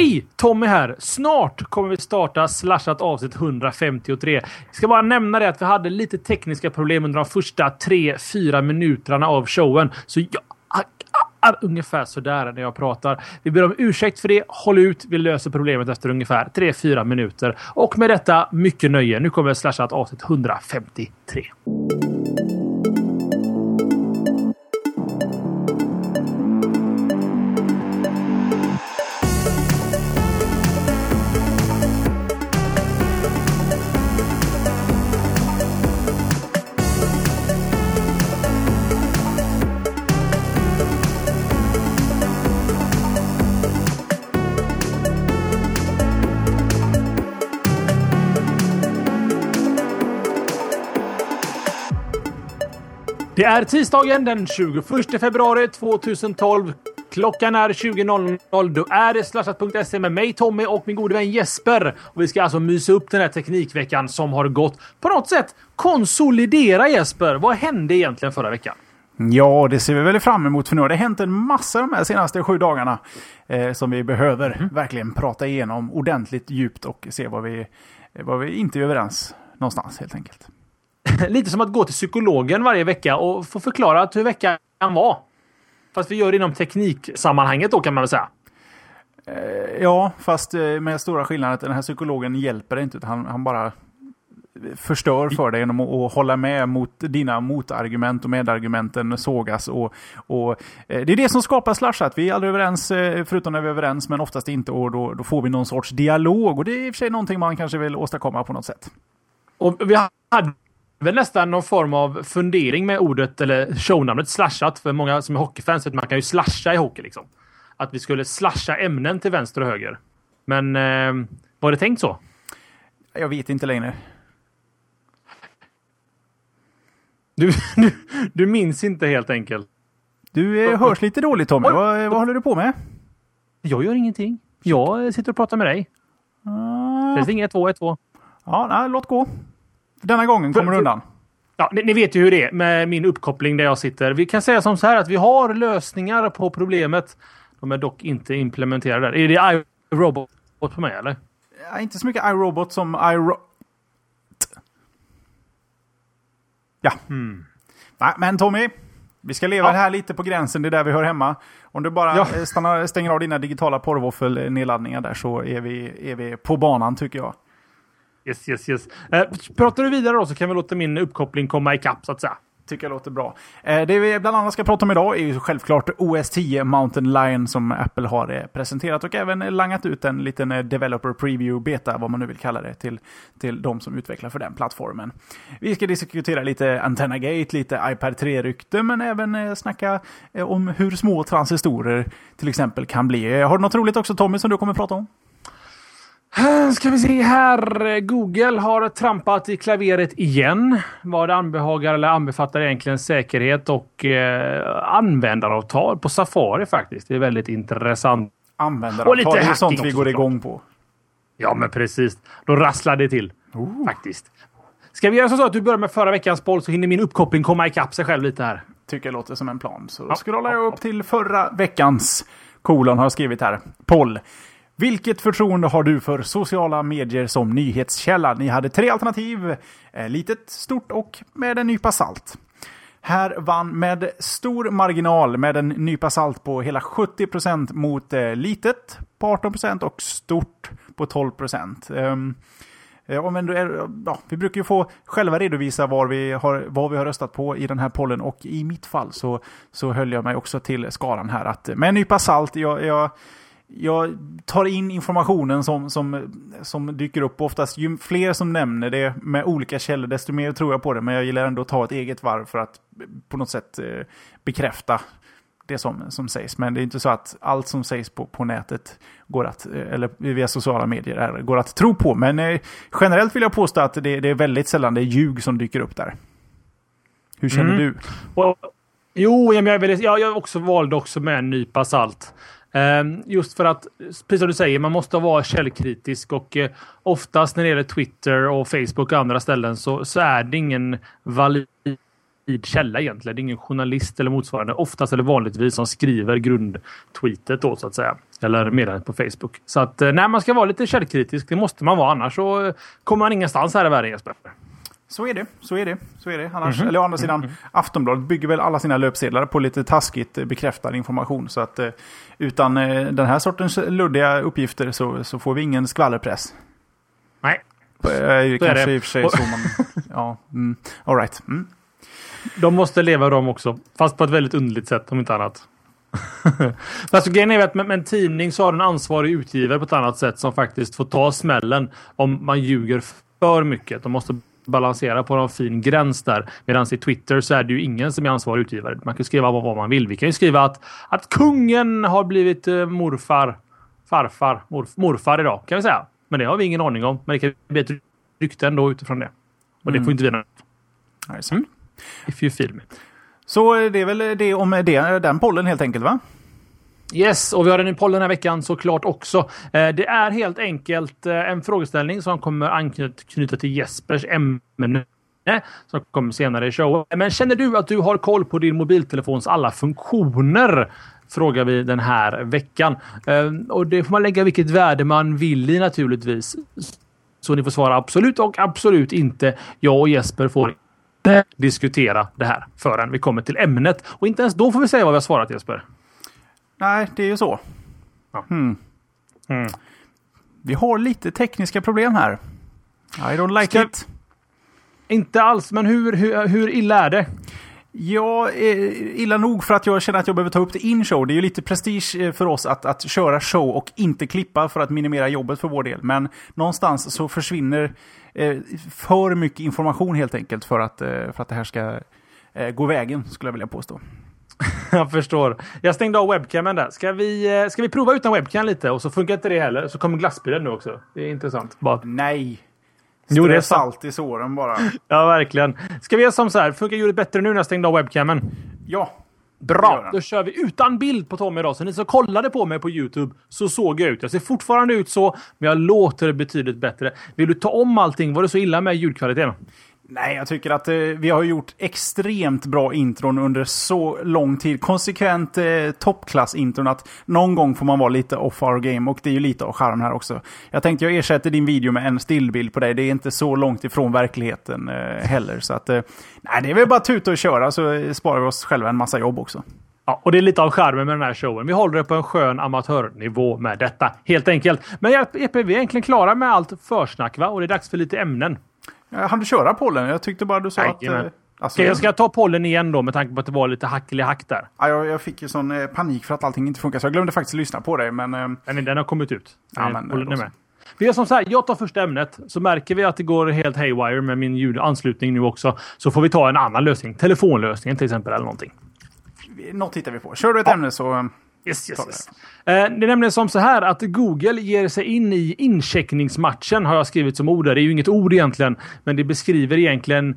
Hej! Tommy här. Snart kommer vi starta Slashat avsnitt 153. Jag ska bara nämna det att vi hade lite tekniska problem under de första 3-4 minuterna av showen. Så jag är ungefär sådär när jag pratar. Vi ber om ursäkt för det. Håll ut. Vi löser problemet efter ungefär 3-4 minuter. Och med detta, mycket nöje. Nu kommer Slashat avsnitt 153. Det är tisdagen den 21 februari 2012. Klockan är 20.00. Då är det slashat.se med mig Tommy och min gode vän Jesper. Och vi ska alltså mysa upp den här teknikveckan som har gått. På något sätt konsolidera Jesper. Vad hände egentligen förra veckan? Ja, det ser vi väl fram emot för nu har det hänt en massa de här senaste 7 dagarna som vi behöver verkligen prata igenom ordentligt djupt och se vad vi inte är överens någonstans helt enkelt. Lite som att gå till psykologen varje vecka och få förklara hur veckan var. Fast vi gör det inom tekniksammanhanget då kan man väl säga. Ja, fast med stora skillnaden att den här psykologen hjälper inte utan han bara förstör för dig genom att hålla med mot dina motargument och medargumenten sågas och det är det som skapar Slashat. Vi är aldrig överens förutom när vi är överens men oftast inte och då får vi någon sorts dialog och det är i och för sig någonting man kanske vill åstadkomma på något sätt. Och vi hade väl nästan någon form av fundering med ordet eller shownamnet slashat för många som är hockeyfans vet man kan ju slasha i hockey liksom. Att vi skulle slasha ämnen till vänster och höger. Men var det tänkt så? Jag vet inte längre. Du minns inte helt enkelt. Du hörs lite dåligt Tommy. Vad håller du på med? Jag gör ingenting. Jag sitter och pratar med dig. Det är inget 1-2. Ja, nej, låt gå. Denna gången kommer du undan. Ja, ni vet ju hur det är med min uppkoppling där jag sitter. Vi kan säga som så här att vi har lösningar på problemet. De är dock inte implementerade där. Är det iRobot på mig eller? Ja, inte så mycket iRobot som Ja. Nej, men Tommy, vi ska leva här lite på gränsen. Det är där vi hör hemma. Om du bara stänger av dina digitala porrvåffel-nedladdningar där så är vi på banan tycker jag. Yes. Pratar du vidare då så kan vi låta min uppkoppling komma ikapp så att säga. Tycker jag låter bra. Det vi bland annat ska prata om idag är ju självklart OS 10 Mountain Lion som Apple har presenterat och även langat ut en liten developer preview beta, vad man nu vill kalla det, till de som utvecklar för den plattformen. Vi ska diskutera lite Antenna Gate, lite iPad 3-rykte men även snacka om hur små transistorer till exempel kan bli. Har du något roligt också Tommy som du kommer prata om? Ska vi se här. Google har trampat i klaveret igen. Vad det anbehagar eller anbefattar egentligen säkerhet och användaravtal på Safari faktiskt. Det är väldigt intressant. Användaravtal är sånt vi går igång på. Ja men precis. Då rasslar det till. Faktiskt. Ska vi göra så att du börjar med förra veckans poll så hinner min uppkoppling komma ikapp sig själv lite här. Tycker jag låter som en plan. Så då scrollar jag upp till förra veckans har skrivit här. Poll. Vilket förtroende har du för sociala medier som nyhetskälla? Ni hade 3 alternativ. Litet, stort och med en nypa salt. Här vann med stor marginal med en nypa salt på hela 70% mot litet på 18% och stort på 12%. Vi brukar ju få själva redovisa vad vi har röstat på i den här pollen och i mitt fall så höll jag mig också till skalan här att med en nypa salt jag tar in informationen som dyker upp. Oftast ju fler som nämner det med olika källor desto mer tror jag på det. Men jag gillar ändå att ta ett eget varv för att på något sätt bekräfta det som sägs. Men det är inte så att allt som sägs på nätet går att, eller via sociala medier går att tro på. Men generellt vill jag påstå att det är väldigt sällan det är ljug som dyker upp där. Hur känner du? Jag också valde också med en nypa salt. Just för att, precis som du säger, man måste vara källkritisk och oftast när det gäller Twitter och Facebook och andra ställen så är det ingen valid källa egentligen. Det är ingen journalist eller motsvarande. Oftast eller vanligtvis som skriver grundtweetet då så att säga. eller meddelandet på Facebook. Så att när man ska vara lite källkritisk, det måste man vara, annars så kommer man ingenstans här i världen, Jesper. Så är det. Annars, eller å andra sidan, Aftonbladet bygger väl alla sina löpsedlar på lite taskigt bekräftad information. Så att utan den här sortens luddiga uppgifter så får vi ingen skvallerpress. Nej. Kanske i och för sig så man... Ja, all right. De måste leva dem också. Fast på ett väldigt underligt sätt, om inte annat. Alltså grejen är att med en tidning så har en ansvarig utgivare på ett annat sätt som faktiskt får ta smällen om man ljuger för mycket. De måste balansera på en fin gräns där. Medan i Twitter så är det ju ingen som är ansvarig utgivare. Man kan skriva vad man vill. Vi kan ju skriva att kungen har blivit morfar idag, kan vi säga. Men det har vi ingen aning om. Men det kan bli ett rykte ändå utifrån det. Och det får inte vi något. If you feel me. Så det är väl det om den pollen helt enkelt, va? Yes, och vi har en poll den här veckan såklart också. Det är helt enkelt en frågeställning som kommer anknyta till Jespers ämne som kommer senare i showen. Men känner du att du har koll på din mobiltelefons alla funktioner? Frågar vi den här veckan. Och det får man lägga vilket värde man vill i naturligtvis. Så ni får svara absolut och absolut inte. Jag och Jesper får diskutera det här förrän vi kommer till ämnet. Och inte ens då får vi säga vad vi har svarat, Jesper. Nej, det är ju så. Ja. Vi har lite tekniska problem här. I don't like it. Inte alls, men hur illa är det? Ja, illa nog för att jag känner att jag behöver ta upp det in show. Det är ju lite prestige för oss att köra show och inte klippa för att minimera jobbet för vår del. Men någonstans så försvinner för mycket information helt enkelt för att det här ska gå vägen, skulle jag vilja påstå. Jag förstår. Jag stängde av webcamen där. Ska vi prova utan webcam lite? Och så funkar inte det heller. Så kommer glassbilen nu också. Det är intressant. Nej. Jo, det är salt i såren bara. Ja, verkligen. Ska vi göra som så här? Funkar ljudet bättre nu när jag stängde av webcamen? Ja. Bra, då kör vi utan bild på Tommy idag. Så ni som kollade på mig på YouTube så såg jag ut. Jag ser fortfarande ut så, men jag låter betydligt bättre. Vill du ta om allting? Var det så illa med ljudkvaliteten? Nej, jag tycker att vi har gjort extremt bra intron under så lång tid. Konsekvent toppklass-intron att någon gång får man vara lite off our game och det är ju lite av charm här också. Jag tänkte jag ersätter din video med en stillbild på dig. Det är inte så långt ifrån verkligheten heller. Så att, nej, det är väl bara tuta och köra så sparar vi oss själva en massa jobb också. Ja, och det är lite av charmen med den här showen. Vi håller det på en skön amatörnivå med detta, helt enkelt. Men Jeppe, vi är egentligen klara med allt försnack, va? Och det är dags för lite ämnen. Han du köra pollen? Jag tyckte bara du sa att... Alltså, jag ska ta pollen igen då med tanke på att det var lite hack där. Ja, jag fick ju sån panik för att allting inte funkar så jag glömde faktiskt lyssna på dig. Men den har kommit ut. Ja, men med. Vi gör som så här, jag tar första ämnet så märker vi att det går helt haywire med min ljudanslutning nu också. Så får vi ta en annan lösning. Telefonlösningen till exempel eller någonting. Något tittar vi på. Kör du ett ämne så... Yes. Det är nämligen som så här att Google ger sig in i incheckningsmatchen har jag skrivit som ord där. Det är ju inget ord egentligen, men det beskriver egentligen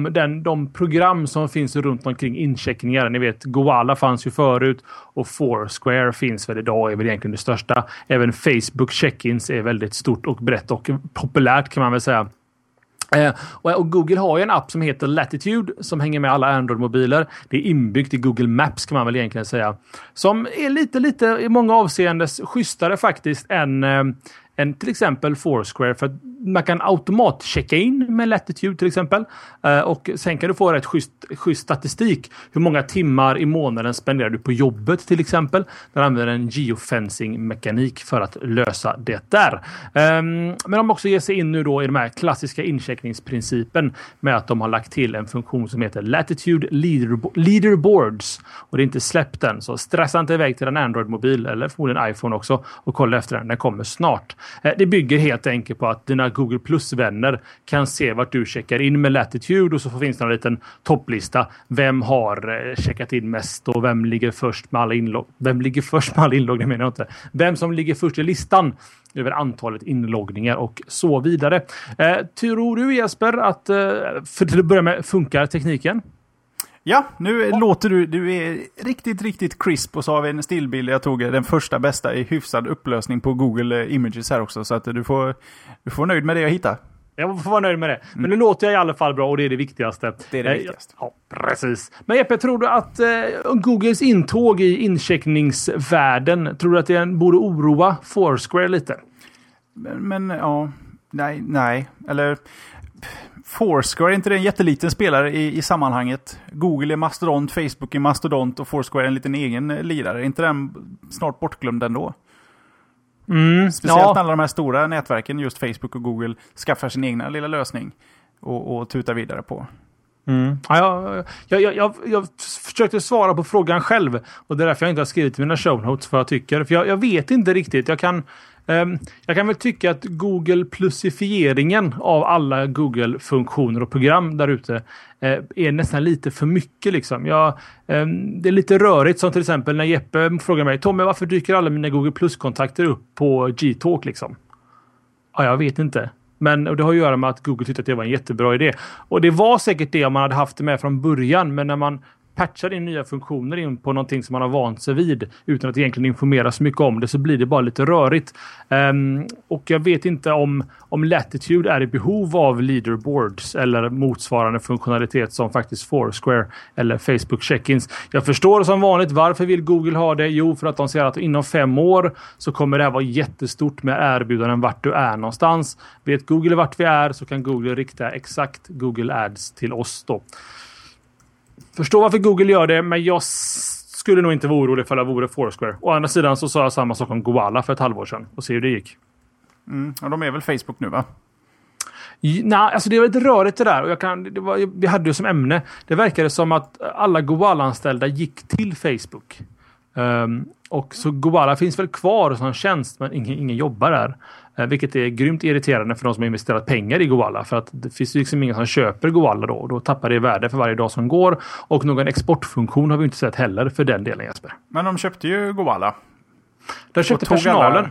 de program som finns runt omkring incheckningar. Ni vet, Goala fanns ju förut och Foursquare finns väl idag, är väl egentligen det största. Även Facebook check-ins är väldigt stort och brett och populärt kan man väl säga. Och Google har ju en app som heter Latitude som hänger med alla Android-mobiler. Det är inbyggt i Google Maps kan man väl egentligen säga. Som är lite i många avseenden schysstare faktiskt än till exempel Foursquare. För att man kan automatchecka in med Latitude till exempel. Och sen kan du få rätt schysst statistik. Hur många timmar i månaden spenderar du på jobbet till exempel. Där använder en geofencing-mekanik för att lösa det där. Men de också ger sig in nu då i de här klassiska incheckningsprincipen med att de har lagt till en funktion som heter Latitude Leaderboards. Och det är inte släppt än. Så stressa inte iväg till en Android-mobil eller förmodligen en iPhone också och kolla efter den. Den kommer snart. Det bygger helt enkelt på att dina Google Plus-vänner kan se vart du checkar in med Latitude och så finns det en liten topplista. Vem har checkat in mest och vem ligger först med alla inlogg? Vem ligger först med alla inlogg? Det menar jag inte. Vem som ligger först i listan över antalet inloggningar och så vidare. Tror du Jesper att för till att börja med funkar tekniken? Ja, nu låter du är riktigt crisp och så har vi en stillbild. Jag tog den första bästa i hyfsad upplösning på Google Images här också så att du får nöjd med det jag hittar. Jag får vara nöjd med det. Men nu låter jag i alla fall bra och det är det viktigaste. Det är det viktigaste. Ja, precis. Men Jeppe, tror du att Googles intåg i incheckningsvärlden, tror du att det borde oroa Foursquare lite? Men ja, nej. Eller Foursquare, är inte det en jätteliten spelare i sammanhanget? Google är mastodont, Facebook är mastodont och Foursquare är en liten egen lirare. Är inte den snart bortglömd ändå? Speciellt när alla de här stora nätverken, just Facebook och Google, skaffar sin egna lilla lösning och tutar vidare på. Ja, jag försökte svara på frågan själv och det är därför jag inte har skrivit i mina show notes vad jag tycker. För jag vet inte riktigt. Jag kan väl tycka att Google-plusifieringen av alla Google-funktioner och program där ute är nästan lite för mycket. Liksom. Det är lite rörigt, som till exempel när Jeppe frågar mig, Tommy, varför dyker alla mina Google Plus-kontakter upp på Gtalk? Liksom? Ja, jag vet inte. Men det har att göra med att Google tyckte att det var en jättebra idé. Och det var säkert det om man hade haft det med från början, men när man patchar in nya funktioner in på någonting som man har vant sig vid utan att egentligen informera så mycket om det, så blir det bara lite rörigt. Och jag vet inte om Latitude är i behov av leaderboards eller motsvarande funktionalitet som faktiskt Foursquare eller Facebook check-ins. Jag förstår som vanligt varför vill Google ha det. Jo, för att de ser att inom 5 år så kommer det här vara jättestort med erbjudanden vart du är någonstans. Vet Google vart vi är så kan Google rikta exakt Google Ads till oss då. Förstår varför Google gör det, men jag skulle nog inte vara orolig för att det vore Foursquare. Å andra sidan så sa jag samma sak om Goala för ett halvår sedan. Och se hur det gick. Och de är väl Facebook nu, va? Nej, alltså det är lite rörigt det där. Och vi hade det som ämne. Det verkade som att alla Goala-anställda gick till Facebook. Och så Goala finns väl kvar som tjänst, men ingen jobbar där. Vilket är grymt irriterande för de som har investerat pengar i Goala. För att det finns liksom ingen som köper Goala då. Och då tappar det värde för varje dag som går. Och någon exportfunktion har vi inte sett heller för den delen, Jesper. Men de köpte ju Goala. De köpte personalen.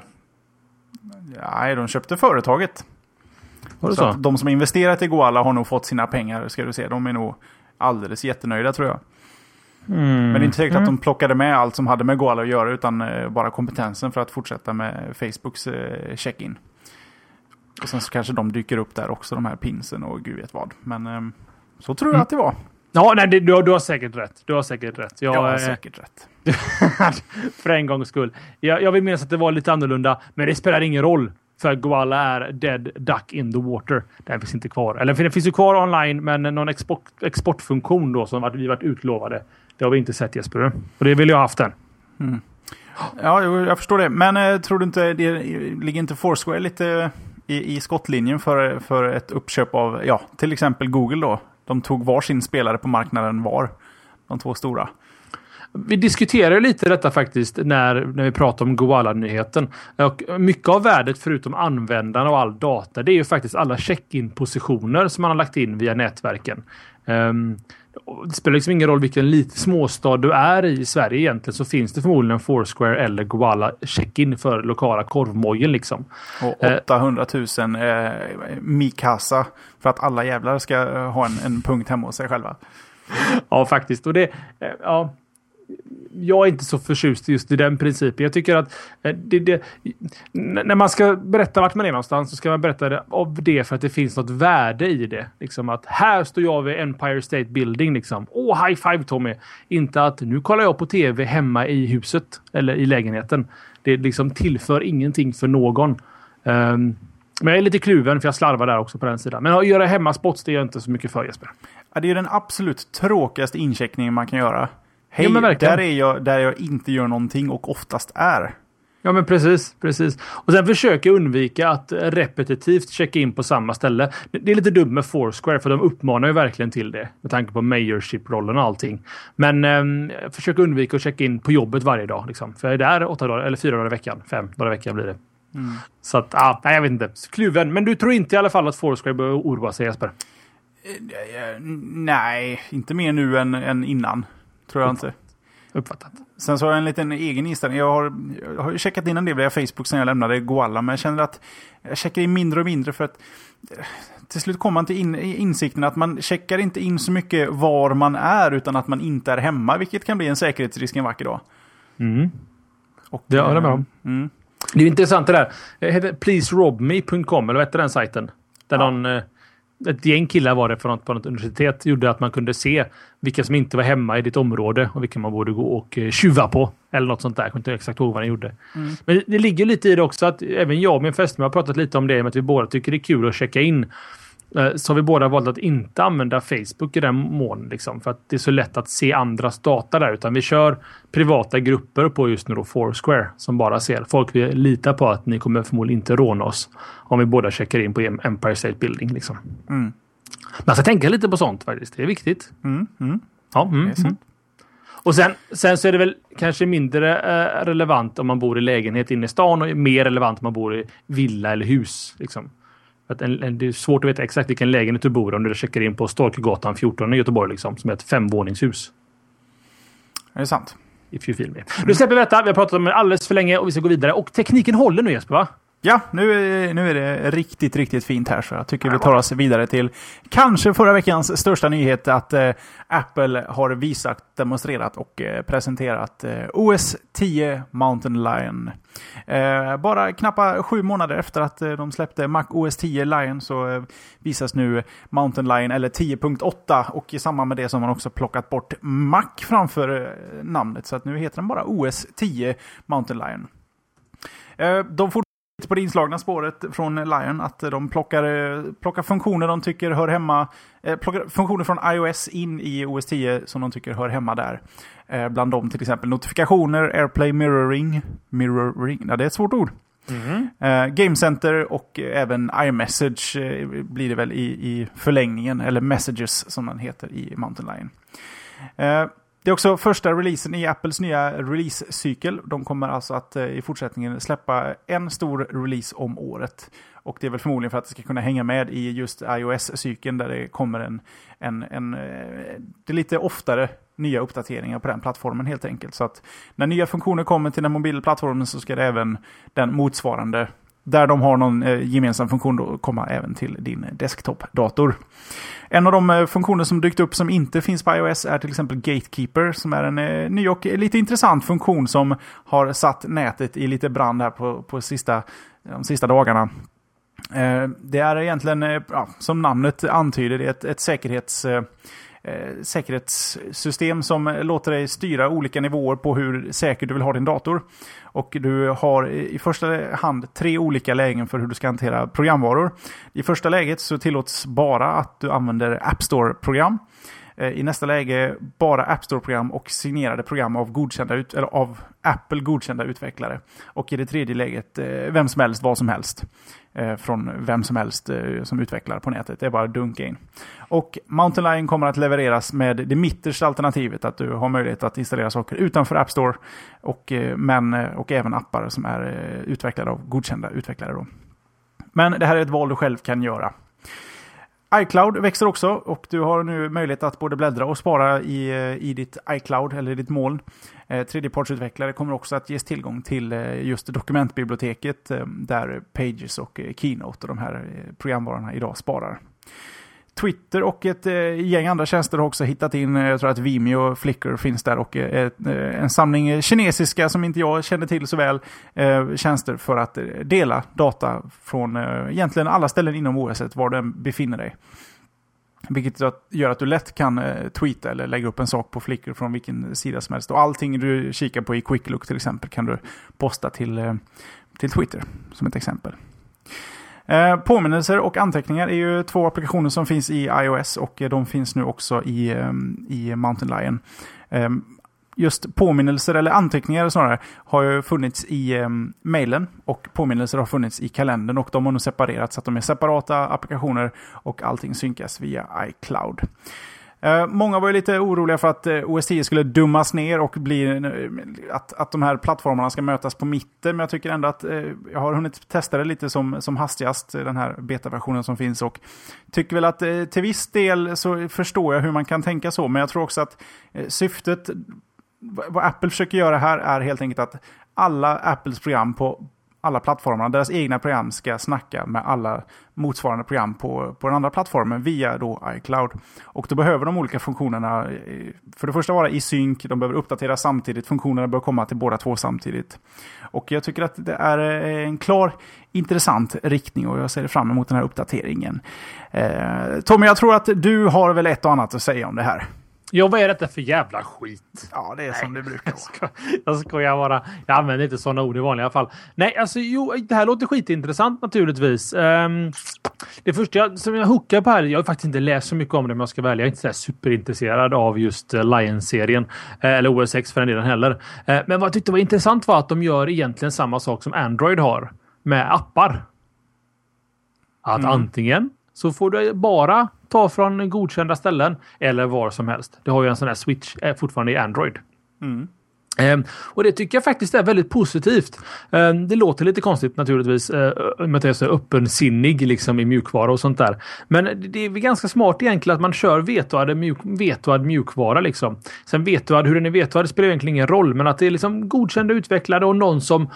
Nej, de köpte företaget. Så att de som har investerat i Goala har nog fått sina pengar, ska du se. De är nog alldeles jättenöjda, tror jag. Men det är inte säkert att de plockade med allt som hade med Goala att göra, utan bara kompetensen för att fortsätta med Facebooks check-in. Och sen så kanske de dyker upp där också, de här pinsen och gud vet vad. Men så tror jag att det var. Ja, nej, du har säkert rätt. Jag har säkert rätt. För en gångs skull. Jag vill minnas att det var lite annorlunda, men det spelar ingen roll. För Goala är dead duck in the water. Den finns inte kvar. Eller det finns ju kvar online, men någon exportfunktion då som vi varit utlovade. Det har vi inte sett, Jesper. Och det vill jag ha haft den. Ja, jag förstår det. Men tror du inte det ligger inte Foursquare lite i skottlinjen för ett uppköp av, ja, till exempel Google då? De tog varsin spelare på marknaden var. De två stora. Vi diskuterar lite detta faktiskt när vi pratar om Goala-nyheten. Och mycket av värdet förutom användarna och all data, det är ju faktiskt alla check-in-positioner som man har lagt in via nätverken. Det spelar liksom ingen roll vilken liten småstad du är i Sverige egentligen, så finns det förmodligen en Foursquare eller Goala check-in för lokala korvmojen liksom. Och 800 000 Mikasa för att alla jävlar ska ha en punkt hemma hos sig själva. Ja, faktiskt. Och det, ja, jag är inte så förtjust just i den principen. Jag tycker att när man ska berätta vart man är någonstans så ska man berätta det av det för att det finns något värde i det. Liksom att här står jag vid Empire State Building liksom. High five Tommy. Inte att nu kollar jag på tv hemma i huset eller i lägenheten. Det liksom tillför ingenting för någon. Men jag är lite kluven för jag slarvar där också på den sidan. Men att göra hemmaspots, det gör jag inte så mycket för, Jesper. Ja, det är ju den absolut tråkigaste incheckningen man kan göra. Hej, ja, där jag inte gör någonting och oftast är. Ja, men precis. Och sen försöker jag undvika att repetitivt checka in på samma ställe. Det är lite dumt med Foursquare för de uppmanar ju verkligen till det med tanke på mayorship-rollen och allting. Men jag försöker undvika att checka in på jobbet varje dag. Liksom. För jag är där 8 dagar, eller 4 dagar i veckan. 5 dagar i veckan blir det. Så att, nej, jag vet inte. Kluven. Men du tror inte i alla fall att Foursquare bör oroa sig, Jesper? Nej, inte mer nu än innan. Tror jag inte. Uppfattat. Sen så har jag en liten egen inställning. Jag har checkat in en del via Facebook sen jag lämnade Goala. Men jag känner att jag checkar in mindre och mindre för att till slut kommer man till insikten att man checkar inte in så mycket var man är utan att man inte är hemma. Vilket kan bli en säkerhetsrisk en vacker dag. Och, det håller jag med om. Det är intressant det där. Det heter pleaserobme.com eller vad heter den sajten? Där ett gäng killar var det på något universitet gjorde att man kunde se vilka som inte var hemma i ditt område och vilka man borde gå och tjuva på. Eller något sånt där. Jag kommer inte exakt ihåg vad den gjorde. Men det ligger lite i det också att även jag och min fästmö har pratat lite om det med att vi båda tycker det är kul att checka in. Så har vi båda valt att inte använda Facebook i den mån liksom, för att det är så lätt att se andras data där, utan vi kör privata grupper på just nu då Foursquare som bara ser folk vi litar på att ni kommer förmodligen inte råna oss om vi båda checkar in på Empire State Building liksom. Man ska tänka lite på sånt faktiskt, det är viktigt. Och sen så är det väl kanske mindre relevant om man bor i lägenhet inne i stan och mer relevant om man bor i villa eller hus liksom. Att det är svårt att veta exakt vilken lägenhet du bor om du checkar in på Storkegatan 14 i Göteborg liksom, som är ett 5-våningshus. Är det sant? If you feel me. Nu släpper vi detta. Vi har pratat om det alldeles för länge och vi ska gå vidare. Och tekniken håller nu, Jesper, va? Ja, nu är det riktigt, riktigt fint här, så jag tycker vi tar oss vidare till kanske förra veckans största nyhet, att Apple har demonstrerat och presenterat OS 10 Mountain Lion. Bara knappt 7 månader efter att de släppte Mac OS 10 Lion så visas nu Mountain Lion eller 10.8, och i samband med det så har man också plockat bort Mac framför namnet, så att nu heter den bara OS 10 Mountain Lion. De på det inslagna spåret från Lion att de plockar funktioner de tycker hör hemma, plockar funktioner från iOS in i OS 10 som de tycker hör hemma där. Bland dem till exempel notifikationer, AirPlay, mirroring, ja, det är ett svårt ord. Game Center och även iMessage blir det väl i förlängningen, eller Messages som den heter i Mountain Lion. Det är också första releasen i Apples nya release-cykel. De kommer alltså att i fortsättningen släppa en stor release om året. Och det är väl förmodligen för att det ska kunna hänga med i just iOS-cykeln där det kommer det är lite oftare nya uppdateringar på den plattformen helt enkelt. Så att när nya funktioner kommer till den mobila plattformen så ska det även den motsvarande, där de har någon gemensam funktion, då komma även till din desktop-dator. En av de funktioner som dykt upp som inte finns på iOS är till exempel Gatekeeper, som är en ny och lite intressant funktion som har satt nätet i lite brand här på de sista dagarna. Det är egentligen, som namnet antyder, det är ett säkerhetssystem som låter dig styra olika nivåer på hur säker du vill ha din dator. Och du har i första hand 3 olika lägen för hur du ska hantera programvaror. I första läget så tillåts bara att du använder App Store-program. I nästa läge bara App Store-program och signerade program av Apple godkända utvecklare. Och i det tredje läget vem som helst, vad som helst. Från vem som helst som utvecklar på nätet. Det är bara dunka in. Och Mountain Lion kommer att levereras med det mittersta alternativet, att du har möjlighet att installera saker utanför App Store och även appar som är utvecklade av godkända utvecklare då. Men det här är ett val du själv kan göra. iCloud växer också, och du har nu möjlighet att både bläddra och spara i ditt iCloud eller i ditt moln. Tredjepartsutvecklare kommer också att ges tillgång till just dokumentbiblioteket där Pages och Keynote och de här programvarorna idag sparar. Twitter och ett gäng andra tjänster har också hittat in, jag tror att Vimeo och Flickr finns där, och en samling kinesiska som inte jag känner till så väl, tjänster för att dela data från egentligen alla ställen inom OS var den befinner dig. Vilket gör att du lätt kan tweeta eller lägga upp en sak på Flickr från vilken sida som helst. Och allting du kikar på i Quick Look till exempel kan du posta till Twitter som ett exempel. Påminnelser och anteckningar är ju 2 applikationer som finns i iOS, och de finns nu också i Mountain Lion. Just påminnelser eller anteckningar snarare har ju funnits i mailen, och påminnelser har funnits i kalendern, och de har nu separerats så att de är separata applikationer och allting synkas via iCloud. Många var ju lite oroliga för att OS 10 skulle dummas ner och bli att de här plattformarna ska mötas på mitten, men jag tycker ändå att jag har hunnit testa det lite som hastigast, den här betaversionen som finns, och tycker väl att till viss del så förstår jag hur man kan tänka så, men jag tror också att syftet, vad Apple försöker göra här, är helt enkelt att alla Apples program på alla plattformarna. Deras egna program ska snacka med alla motsvarande program på den andra plattformen via då iCloud. Och då behöver de olika funktionerna för det första vara i synk, de behöver uppdateras samtidigt, funktionerna bör komma till båda två samtidigt. Och jag tycker att det är en klar intressant riktning och jag ser fram emot den här uppdateringen. Tommy, jag tror att du har väl ett och annat att säga om det här. Ja, vad är detta för jävla skit? Ja, det är som det brukar vara. Jag skojar bara. Jag använder inte sådana ord i vanliga fall. Nej, alltså det här låter skitintressant naturligtvis. Det första som jag hookar på här, jag har faktiskt inte läst så mycket om det men jag ska välja. Jag är inte så superintresserad av just Lion-serien. Eller OS X för den delen heller. Men vad jag tyckte var intressant var att de gör egentligen samma sak som Android har med appar. Att antingen så får du bara ta från godkända ställen eller var som helst. Det har ju en sån här switch fortfarande i Android. Och det tycker jag faktiskt är väldigt positivt. Det låter lite konstigt naturligtvis med att det är så öppensinnig liksom i mjukvara och sånt där. Men det är ganska smart egentligen att man kör vetoad mjukvara liksom. Sen vetoad, hur den är vetoad spelar egentligen ingen roll, men att det är liksom godkända utvecklare och någon som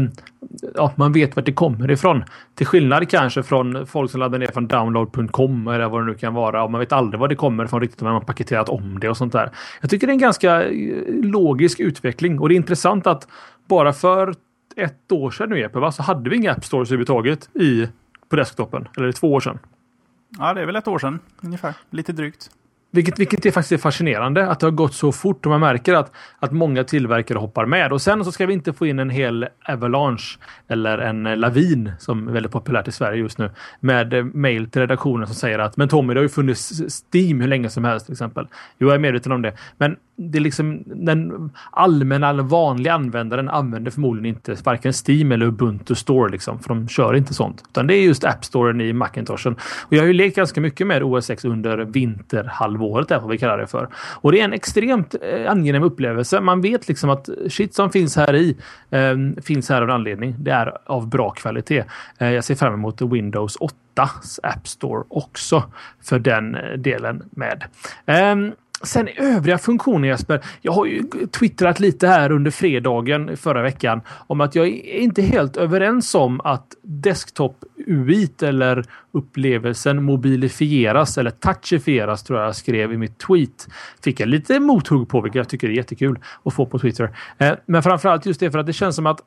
man vet vart det kommer ifrån. Till skillnad kanske från folk som laddar ner från download.com eller vad det nu kan vara. Och man vet aldrig vad det kommer ifrån riktigt om man har paketerat om det och sånt där. Jag tycker det är en ganska logisk utveckling. Och det är intressant att bara för ett år sedan nu så hade vi inga App Stores överhuvudtaget på desktopen. Eller 2 år sedan. Ja, det är väl 1 år sedan ungefär. Lite drygt. Vilket är faktiskt fascinerande att det har gått så fort och man märker att många tillverkare hoppar med. Och sen så ska vi inte få in en hel avalanche eller en lavin som är väldigt populärt i Sverige just nu med mail till redaktionen som säger att men Tommy, det har ju funnits Steam hur länge som helst till exempel. Jo, jag är medveten om det. Men det är liksom den allmänna eller vanliga användaren använder förmodligen inte varken Steam eller Ubuntu Store liksom, för de kör inte sånt. Utan det är just App Storen i Macintoshen. Och jag har ju lekt ganska mycket med OS X under vinterhalvåret där, vad vi kallar det för. Och det är en extremt angenäm upplevelse. Man vet liksom att shit som finns här finns här av en anledning. Det är av bra kvalitet. Jag ser fram emot Windows 8s App Store också för den delen med. Sen övriga funktioner, Jesper. Jag har ju twittrat lite här under fredagen förra veckan om att jag är inte helt överens om att desktop UIT eller upplevelsen mobilifieras eller touchifieras, tror jag skrev i mitt tweet. Fick jag lite mothugg på, vilket jag tycker är jättekul att få på Twitter. Men framförallt just det för att det känns som att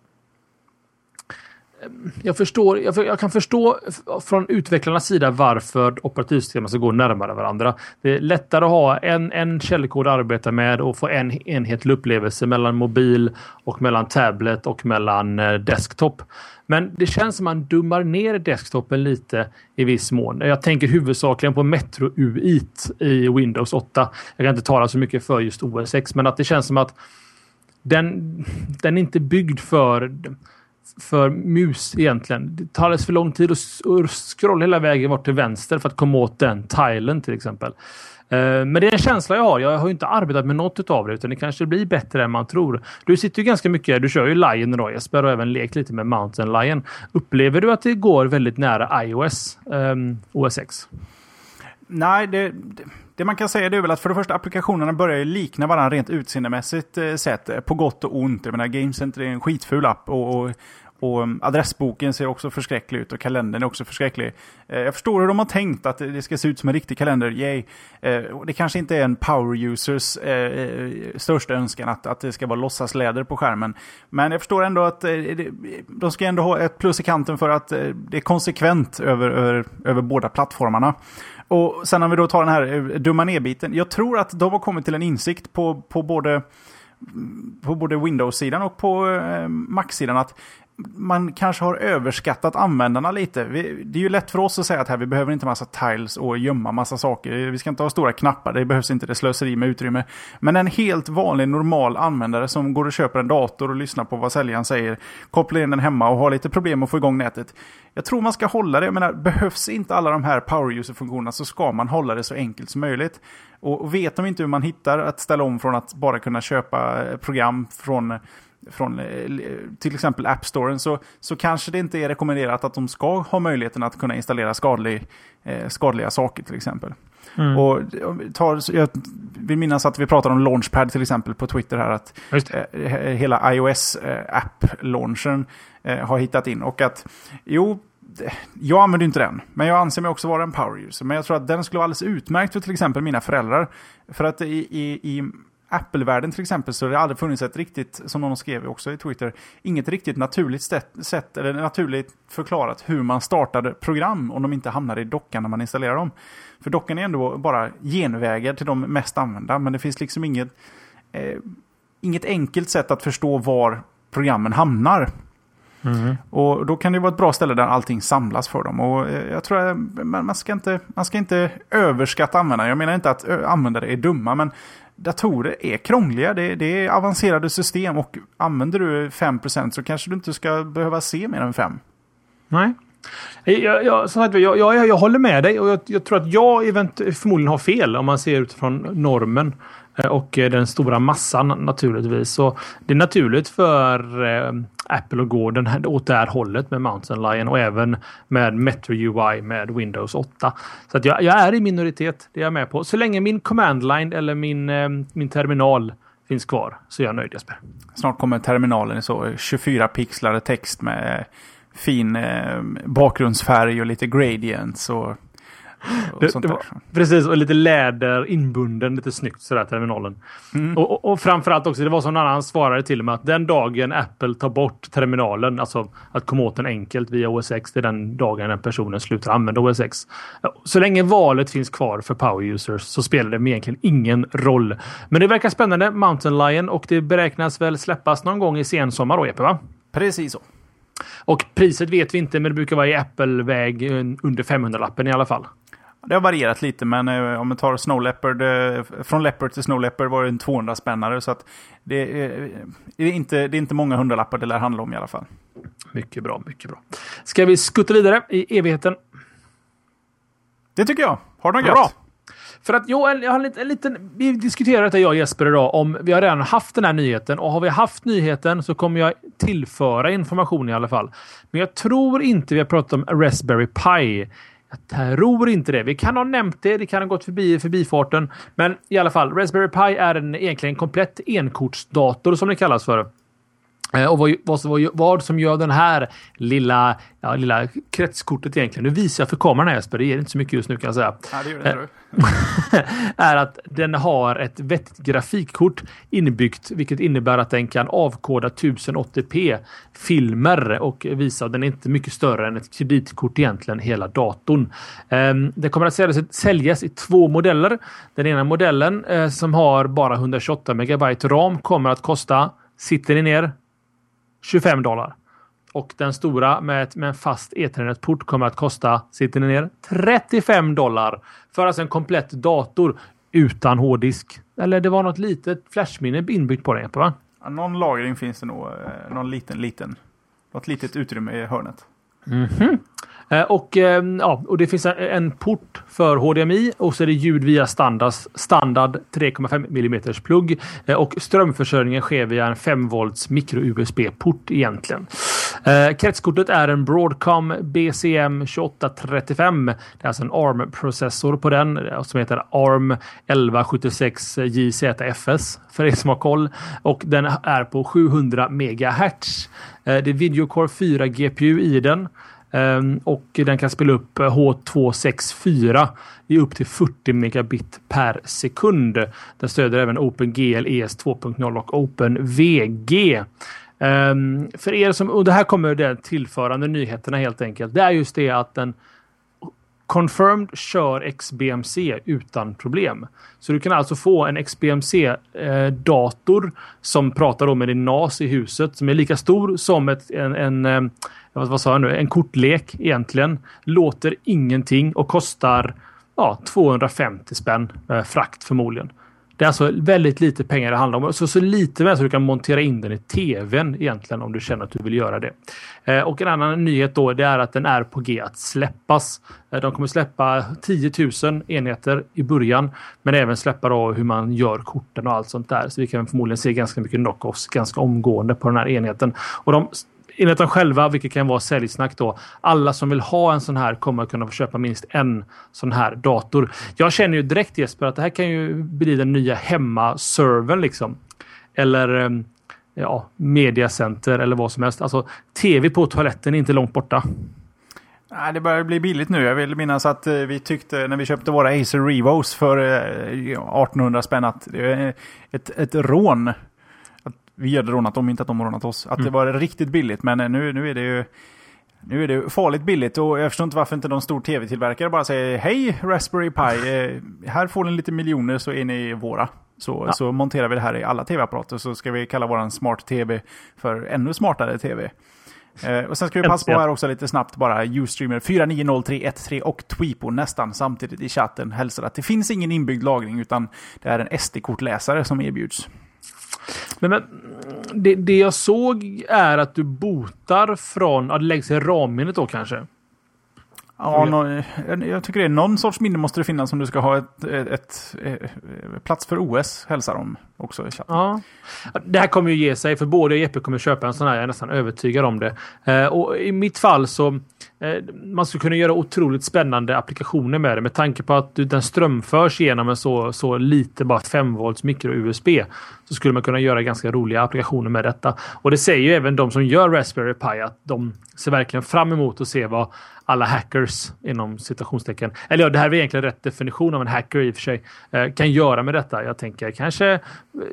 jag kan förstå från utvecklarnas sida varför operativsystemen ska gå närmare varandra. Det är lättare att ha en källkod att arbeta med och få en enhetlig upplevelse mellan mobil och mellan tablet och mellan desktop. Men det känns som man dummar ner desktopen lite i viss mån. Jag tänker huvudsakligen på Metro UIT i Windows 8. Jag kan inte tala så mycket för just OS X, men att det känns som att den är inte byggd för mus egentligen. Det tar alldeles för lång tid att scrolla hela vägen bort till vänster för att komma åt den tilen till exempel. Men det är en känsla jag har. Jag har ju inte arbetat med något av det utan det kanske blir bättre än man tror. Du sitter ju ganska mycket, du kör ju Lion då, Jesper, och även lekt lite med Mountain Lion. Upplever du att det går väldigt nära iOS OS X? Nej, det man kan säga det är väl att för det första applikationerna börjar ju likna varandra rent utseendemässigt sett, på gott och ont. Jag menar, Game Center är en skitful app och adressboken ser också förskräcklig ut och kalendern är också förskräcklig. Jag förstår hur de har tänkt att det ska se ut som en riktig kalender. Yay. Det kanske inte är en power users största önskan att det ska vara låtsasläder på skärmen. Men jag förstår ändå att de ska ändå ha ett plus i kanten för att det är konsekvent över båda plattformarna. Och sen om vi då tar den här dumma ner-biten. Jag tror att de har kommit till en insikt på både Windows-sidan och på Mac-sidan att man kanske har överskattat användarna lite. Det är ju lätt för oss att säga att här, vi behöver inte massa tiles och gömma massa saker. Vi ska inte ha stora knappar, det behövs inte, det slöseri med utrymme. Men en helt vanlig normal användare som går och köper en dator och lyssnar på vad säljaren säger, kopplar in den hemma och har lite problem att få igång nätet. Jag tror man ska hålla det. Jag menar, behövs inte alla de här power user-funktionerna så ska man hålla det så enkelt som möjligt. Och vet de inte hur man hittar att ställa om från att bara kunna köpa program från till exempel App Storen så kanske det inte är rekommenderat att de ska ha möjligheten att kunna installera skadliga saker till exempel. Och jag vill minnas att vi pratade om Launchpad till exempel på Twitter här, att hela iOS-app-launchen har hittat in. Och att, jag använder inte den, men jag anser mig också vara en power user. Men jag tror att den skulle vara alldeles utmärkt för till exempel mina föräldrar. För att i Apple-världen till exempel så har det aldrig funnits ett riktigt, som någon skrev också i Twitter, inget riktigt naturligt sätt eller naturligt förklarat hur man startade program om de inte hamnar i dockan när man installerar dem. För dockan är ändå bara genvägar till de mest använda, men det finns liksom inget enkelt sätt att förstå var programmen hamnar. Och då kan det vara ett bra ställe där allting samlas för dem. Och jag tror att man ska inte överskatta användare. Jag menar inte att användare är dumma, men datorer är krångliga. Det är avancerade system, och använder du 5% så kanske du inte ska behöva se mer än 5. Nej. Jag håller med dig, och jag tror att jag förmodligen har fel om man ser utifrån normen och den stora massan naturligtvis. Så det är naturligt för Apple att gå åt det här hållet med Mountain Lion, och även med Metro UI med Windows 8. Så att jag är i minoritet, det är jag med på. Så länge min command line eller min terminal finns kvar så är jag nöjd, Jesper. Snart kommer terminalen i så 24 pixlar text med fin bakgrundsfärg och lite gradients och sånt där. Precis, och lite läder inbunden, lite snyggt sådär, terminalen. Och framförallt också, det var som någon annan svarade till mig, att den dagen Apple tar bort terminalen, alltså att komma åt den enkelt via OS X, det är den dagen den personen slutar använda OS X. Så länge valet finns kvar för power users så spelar det egentligen ingen roll. Men det verkar spännande, Mountain Lion, och det beräknas väl släppas någon gång i sensommar då, Jeppe, va? Precis så. Och priset vet vi inte, men det brukar vara i Apple-väg under 500-lappen i alla fall. Det har varierat lite, men om man tar Snow Leopard, från Leopard till Snow Leopard var det en 200-spännare, så att det är inte många hundralappar det lär handla om i alla fall. Mycket bra, mycket bra. Ska vi skutta vidare i evigheten? Det tycker jag. Har du något bra? Gött? För att jag har en liten... Vi diskuterar detta, jag och Jesper, idag, om vi har redan haft den här nyheten. Och har vi haft nyheten så kommer jag tillföra information i alla fall. Men jag tror inte vi har pratat om Raspberry Pi. Jag tror inte det. Vi kan ha nämnt det kan ha gått förbifarten. Men i alla fall, Raspberry Pi är egentligen en komplett enkortsdator som det kallas för. Och vad som gör den här lilla kretskortet egentligen. Nu visar jag för kameran här, Jesper. Det ger inte så mycket just nu, kan jag säga. Ja, det gör det. Är att den har ett vettigt grafikkort inbyggt, vilket innebär att den kan avkoda 1080p filmer och visa att den är inte mycket större än ett kreditkort egentligen, hela datorn. Det kommer att säljas i 2 modeller. Den ena modellen som har bara 128 megabyte RAM kommer att kosta, sitter ni ner, $25. Och den stora med en fast Ethernet-port kommer att kosta, sitter ni ner, $35. För alltså en komplett dator utan hårddisk. Eller det var något litet flashminne inbyggt på den, va? Ja, någon lagring finns det nog. Någon liten. Något litet utrymme i hörnet. Och det finns en port för HDMI, och så är det ljud via standard 3,5 mm plugg, och strömförsörjningen sker via en 5 volts micro-USB-port egentligen. Kretskortet är en Broadcom BCM 2835. Det är alltså en ARM-processor på den som heter ARM 1176 JZFS för er som har koll, och den är på 700 MHz. Det är VideoCore 4 GPU i den. Och den kan spela upp H264 i upp till 40 megabit per sekund. Den stöder även OpenGL, ES 2.0 och OpenVG. För er som, och det här kommer det tillförande nyheterna helt enkelt. Det är just det att den confirmed kör XBMC utan problem. Så du kan alltså få en XBMC-dator som pratar om med din NAS i huset, som är lika stor som en kortlek egentligen. Låter ingenting och kostar 250 spänn frakt förmodligen. Det är alltså väldigt lite pengar det handlar om. Så lite med så du kan montera in den i tvn egentligen om du känner att du vill göra det. Och en annan nyhet då, det är att den är på G att släppas. De kommer släppa 10 000 enheter i början, men även släppa då hur man gör korten och allt sånt där. Så vi kan förmodligen se ganska mycket knockoffs ganska omgående på den här enheten. Och enligt dem själva, vilket kan vara säljsnack då, alla som vill ha en sån här kommer att kunna få köpa minst en sån här dator. Jag känner ju direkt, Jesper, att det här kan ju bli den nya hemmaservern liksom. Eller mediacenter eller vad som helst. Alltså tv på toaletten är inte långt borta. Nej, det börjar bli billigt nu. Jag vill minnas att vi tyckte när vi köpte våra Acer Revos för 1800 spänn att det är ett rån. Att vi hade rånat dem, inte att de har rånat oss. Att det var riktigt billigt, men nu är det ju... Nu är det farligt billigt och jag förstår inte varför inte någon stor tv-tillverkare bara säger hej Raspberry Pi, här får ni lite miljoner så är ni våra. Så monterar vi det här i alla tv-apparater så ska vi kalla våran smart tv för ännu smartare tv. Och sen ska vi passa på här också lite snabbt bara Ustreamer 490313 och Tweepo nästan samtidigt i chatten hälsar att det finns ingen inbyggd lagring utan det är en SD-kortläsare som erbjuds. Men det jag såg är att du botar från, det läggs i RAM-minnet då kanske? Ja, jag tycker det är någon sorts minne måste det finnas om du ska ha ett plats för OS, hälsar de också i chatten. Ja. Det här kommer ju ge sig, för både Jeppe kommer köpa en sån här, jag är nästan övertygad om det. Och i mitt fall så man skulle kunna göra otroligt spännande applikationer med det med tanke på att den strömförs genom en så lite, bara 5 volts micro-USB, så skulle man kunna göra ganska roliga applikationer med detta. Och det säger ju även de som gör Raspberry Pi att de ser verkligen fram emot att se vad alla hackers inom citationstecken, eller ja, det här är egentligen rätt definition av en hacker i och för sig, kan göra med detta. Jag tänker kanske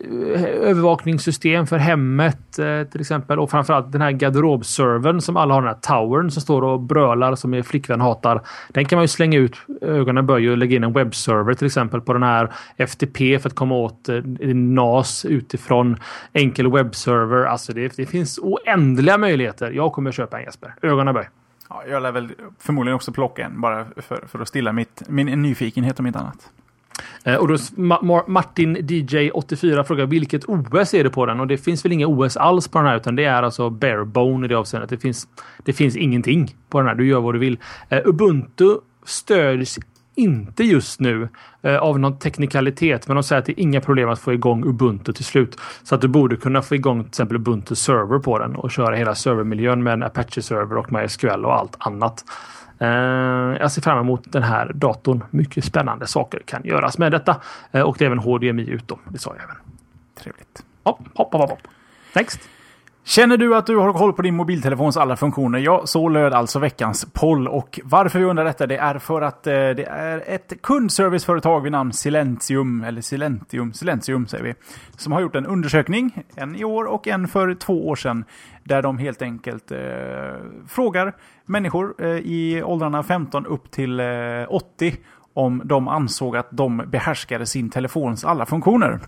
övervakningssystem för hemmet till exempel, och framförallt den här garderobservern som alla har, den här towern som står och brölar som er flickvän hatar. Den kan man ju slänga ut ögonen, börja och lägga in en webbserver till exempel på den här FTP för att komma åt NAS utifrån, enkel webbserver. Alltså det finns oändliga möjligheter. Jag kommer att köpa en, Jesper. Ögonen böj. Ja, jag lär väl förmodligen också plocka en bara för att stilla min nyfikenhet om inte annat. Och då Martin DJ 84 frågar vilket OS är det på den, och det finns väl inga OS alls på den här utan det är alltså barebone i det avseendet. Det finns ingenting på den här, du gör vad du vill. Ubuntu stöds inte just nu av någon teknikalitet, men de säger att det är inga problem att få igång Ubuntu till slut, så att du borde kunna få igång till exempel Ubuntu server på den och köra hela servermiljön med en Apache server och MySQL och allt annat. Jag ser fram emot den här datorn. Mycket spännande saker kan göras med detta. Och det är även HDMI ut då. Det sa jag även. Trevligt. Hopp. Next. Känner du att du har koll på din mobiltelefons alla funktioner? Ja, så löd alltså veckans poll. Och varför vi undrar detta, det är för att det är ett kundserviceföretag vid namn Silentium, eller Silentium säger vi, som har gjort en undersökning, en i år och en för 2 år sedan, där de helt enkelt frågar människor i åldrarna 15 upp till 80 om de ansåg att de behärskade sin telefons alla funktioner.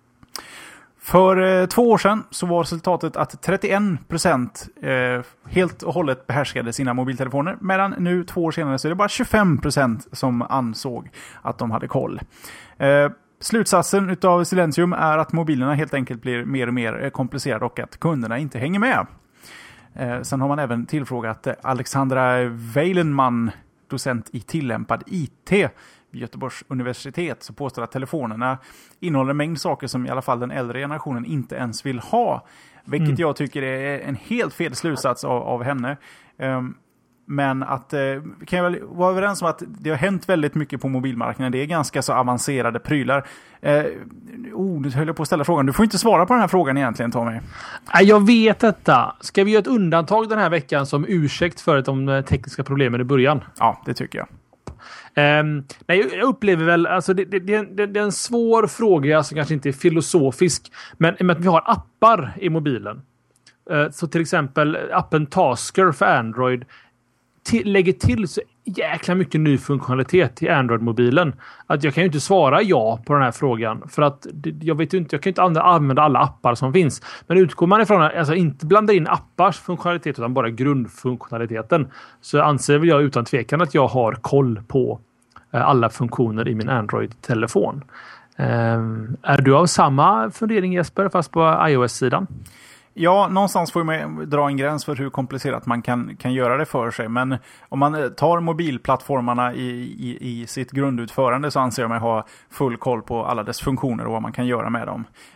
För 2 år sedan så var resultatet att 31% helt och hållet behärskade sina mobiltelefoner. Medan nu 2 år senare så är det bara 25% som ansåg att de hade koll. Slutsatsen utav Silentium är att mobilerna helt enkelt blir mer och mer komplicerade och att kunderna inte hänger med. Sen har man även tillfrågat Alexandra Weilenman, docent i tillämpad IT vid Göteborgs universitet, så påstår att telefonerna innehåller en mängd saker som i alla fall den äldre generationen inte ens vill ha. Vilket jag tycker är en helt fel slutsats av henne. Men att kan jag väl vara överens om att det har hänt väldigt mycket på mobilmarknaden. Det är ganska så avancerade prylar. Nu höll jag på att ställa frågan. Du får inte svara på den här frågan egentligen, Tommy. Jag vet detta. Ska vi göra ett undantag den här veckan som ursäkt för de tekniska problemen i början? Ja, det tycker jag. Nej, jag upplever väl, alltså det är en svår fråga som kanske inte är filosofisk, men med att vi har appar i mobilen. Så till exempel appen Tasker för Android lägger till så jäkla mycket ny funktionalitet i Android-mobilen att jag kan ju inte svara ja på den här frågan, för att jag vet inte, jag kan inte använda alla appar som finns, men utgår man ifrån att alltså inte blanda in appars funktionalitet utan bara grundfunktionaliteten, så anser väl jag utan tvekan att jag har koll på alla funktioner i min Android-telefon. Är du av samma fundering, Jesper, fast på iOS-sidan? Ja, någonstans får man dra en gräns för hur komplicerat man kan göra det för sig. Men om man tar mobilplattformarna i sitt grundutförande så anser jag mig ha full koll på alla dess funktioner och vad man kan göra med dem.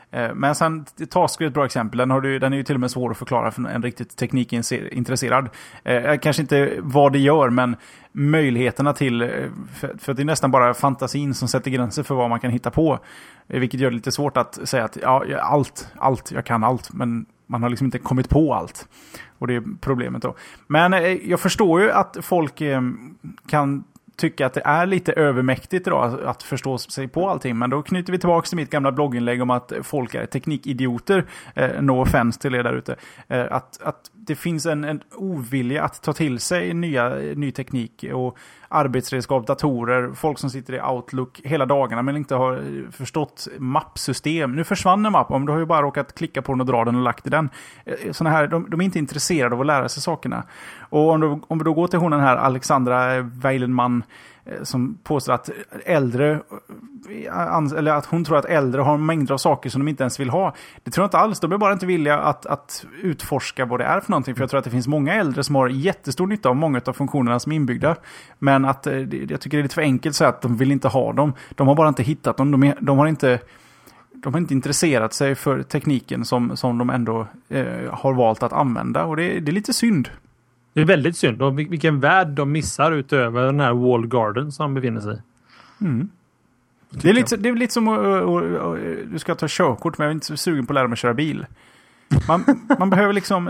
Men sen Tasker är ett bra exempel. Den är ju till och med svår att förklara för en riktigt teknikintresserad. Kanske inte vad det gör, men möjligheterna till, för det är nästan bara fantasin som sätter gränser för vad man kan hitta på. Vilket gör det lite svårt att säga att jag kan allt, men man har liksom inte kommit på allt. Och det är problemet då. Men jag förstår ju att folk kan tycka att det är lite övermäktigt idag att förstå sig på allting. Men då knyter vi tillbaka till mitt gamla blogginlägg om att folk är teknikidioter. No offense till er där ute. Att det finns en ovilja att ta till sig ny teknik och arbetsredskap, datorer, folk som sitter i Outlook hela dagarna men inte har förstått mappsystem. Nu försvann en mapp, om du har ju bara råkat klicka på den och dra den och lagt i den. Såna här, de är inte intresserade av att lära sig sakerna. Och om vi då går till hon den här Alexandra Weilenman som påstår att eller att hon tror att äldre har mängder av saker som de inte ens vill ha. Det tror jag inte alls. De är bara inte villiga att utforska vad det är för någonting. För jag tror att det finns många äldre som har jättestor nytta av många av funktionerna som är inbyggda. Men att jag tycker det är lite för enkelt så att de vill inte ha dem. De har bara inte hittat dem. De har inte intresserat sig för tekniken som de ändå har valt att använda. Och det är lite synd. Det är väldigt synd. Och vilken värld de missar utöver den här Wall Garden som de befinner sig i. Mm. Det är lite som du ska ta körkort, men jag är inte så sugen på att lära mig köra bil. Man behöver liksom...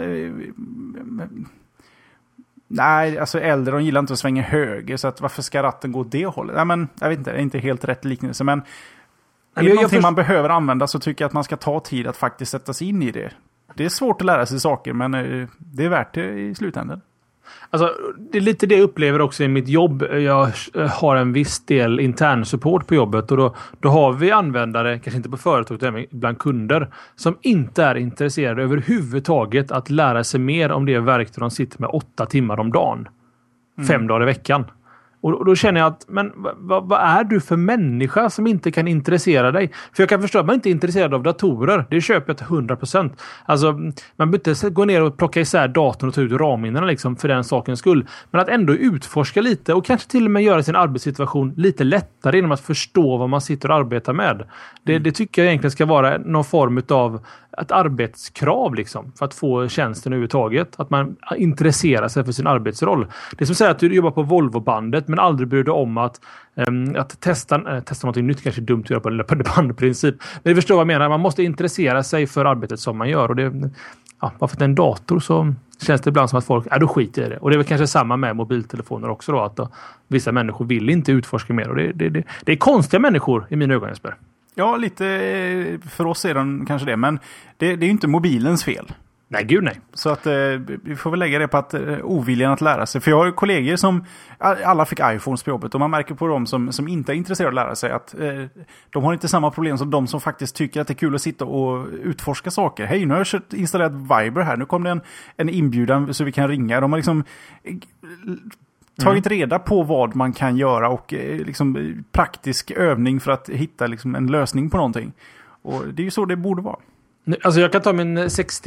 nej, alltså äldre, de gillar inte att svänga höger, så att varför ska ratten gå åt det hållet? Nej, men jag vet inte, det är inte helt rätt liknelse, men är det någonting man behöver använda så tycker jag att man ska ta tid att faktiskt sätta sig in i det. Det är svårt att lära sig saker, men det är värt det i slutändan. Alltså, det är lite det jag upplever också i mitt jobb. Jag har en viss del intern support på jobbet och då har vi användare, kanske inte på företaget utan bland kunder, som inte är intresserade överhuvudtaget att lära sig mer om det verktyg de sitter med 8 timmar om dagen. 5 dagar i veckan. Och då känner jag att, men vad är du för människa som inte kan intressera dig? För jag kan förstå att man inte är intresserad av datorer. Det köper jag till 100%. Alltså, man behöver inte gå ner och plocka isär datorn och ta ut ramminnena liksom för den sakens skull. Men att ändå utforska lite och kanske till och med göra sin arbetssituation lite lättare genom att förstå vad man sitter och arbetar med. Det tycker jag egentligen ska vara någon form av ett arbetskrav liksom, för att få tjänsten överhuvudtaget. Att man intresserar sig för sin arbetsroll. Det är som att säga att du jobbar på Volvo-bandet men aldrig bryr dig om att testa någonting nytt, kanske är dumt att göra på en bandprincip. Men du förstår vad jag menar. Man måste intressera sig för arbetet som man gör. Och det, bara för att det är en dator så känns det ibland som att folk, då skiter i det. Och det är väl kanske samma med mobiltelefoner också då, att vissa människor vill inte utforska mer. Och det är konstiga människor i mina ögon, Jesper. Ja, lite för oss är de kanske det, men det är ju inte mobilens fel. Nej, gud nej. Så att vi får väl lägga det på att oviljan att lära sig. För jag har ju kollegor som alla fick iPhones på jobbet och man märker på dem som inte är intresserade av att lära sig att de har inte samma problem som de som faktiskt tycker att det är kul att sitta och utforska saker. Hej, nu har jag installerat Viber här. Nu kom det en inbjudan så vi kan ringa. De har liksom tagit reda på vad man kan göra och liksom praktisk övning för att hitta liksom en lösning på någonting. Och det är ju så det borde vara. Alltså jag kan ta min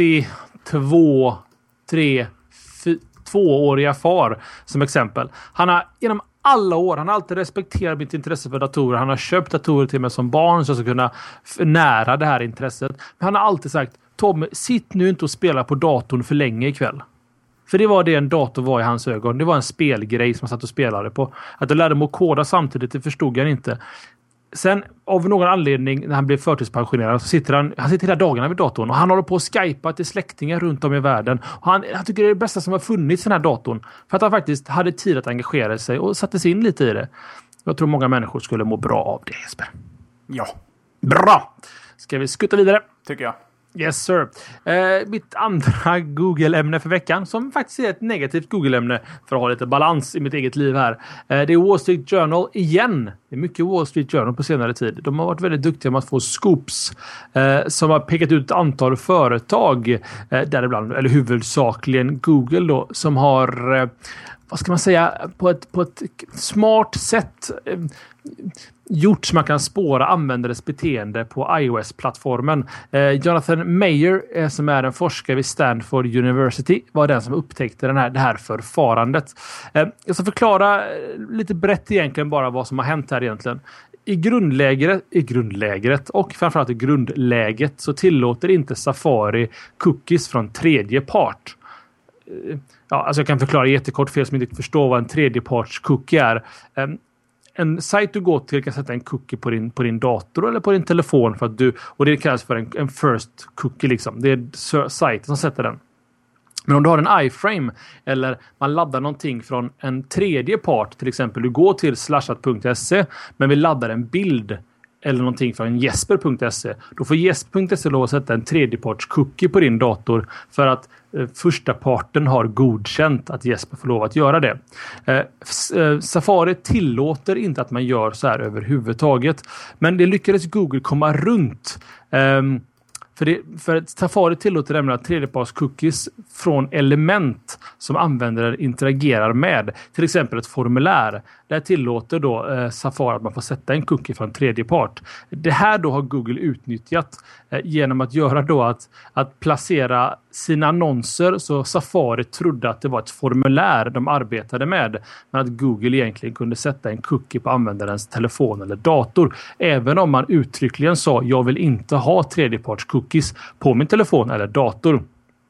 2-åriga far som exempel. Han har genom alla år, han har alltid respekterat mitt intresse för datorer. Han har köpt datorer till mig som barn så att jag ska kunna nära det här intresset. Men han har alltid sagt, Tom, sitt nu inte och spela på datorn för länge ikväll. För det var det en dator var i hans ögon. Det var en spelgrej som han satt och spelade på. Att jag lärde mig att koda samtidigt, det förstod han inte. Sen av någon anledning när han blev förtidspensionerad så sitter han hela dagarna vid datorn och han håller på att skypa till släktingar runt om i världen. Och han tycker det är det bästa som har funnits i den här datorn. För att han faktiskt hade tid att engagera sig och satte sig in lite i det. Jag tror många människor skulle må bra av det, Jesper. Ja. Bra! Ska vi skutta vidare? Tycker jag. Yes sir. Mitt andra Google-ämne för veckan, som faktiskt är ett negativt Google-ämne för att ha lite balans i mitt eget liv här. Det är Wall Street Journal igen. Det är mycket Wall Street Journal på senare tid. De har varit väldigt duktiga med att få scoops som har pekat ut ett antal företag däribland, eller huvudsakligen Google då, som har vad ska man säga, på ett smart sätt gjort så man kan spåra användares beteende på iOS-plattformen. Jonathan Mayer, som är en forskare vid Stanford University, var den som upptäckte det här förfarandet. Jag ska förklara lite brett egentligen bara vad som har hänt här egentligen. i grundläget och framförallt i grundläget så tillåter inte Safari cookies från tredje part. Ja, alltså jag kan förklara jättekort för er som inte förstår vad en tredjeparts cookie är. En sajt du går till kan sätta en cookie på din dator eller på din telefon för att och det kallas för en first cookie liksom. Det är sajten som sätter den. Men om du har en iframe eller man laddar någonting från en tredje part, till exempel du går till slashat.se men vill ladda en bild eller någonting från jesper.se, då får jesper.se lov att sätta en tredjeparts cookie på din dator för att första parten har godkänt att Jesper får lov att göra det. Safari tillåter inte att man gör så här överhuvudtaget, men det lyckades Google komma runt. För Safari tillåter nämligen tredjeparts cookies från element som användaren interagerar med. Till exempel ett formulär. Där tillåter då Safari att man får sätta en cookie från tredje part. Det här då har Google utnyttjat genom att göra då att placera sina annonser så Safari trodde att det var ett formulär de arbetade med. Men att Google egentligen kunde sätta en cookie på användarens telefon eller dator. Även om man uttryckligen sa jag vill inte ha tredjeparts cookies på min telefon eller dator.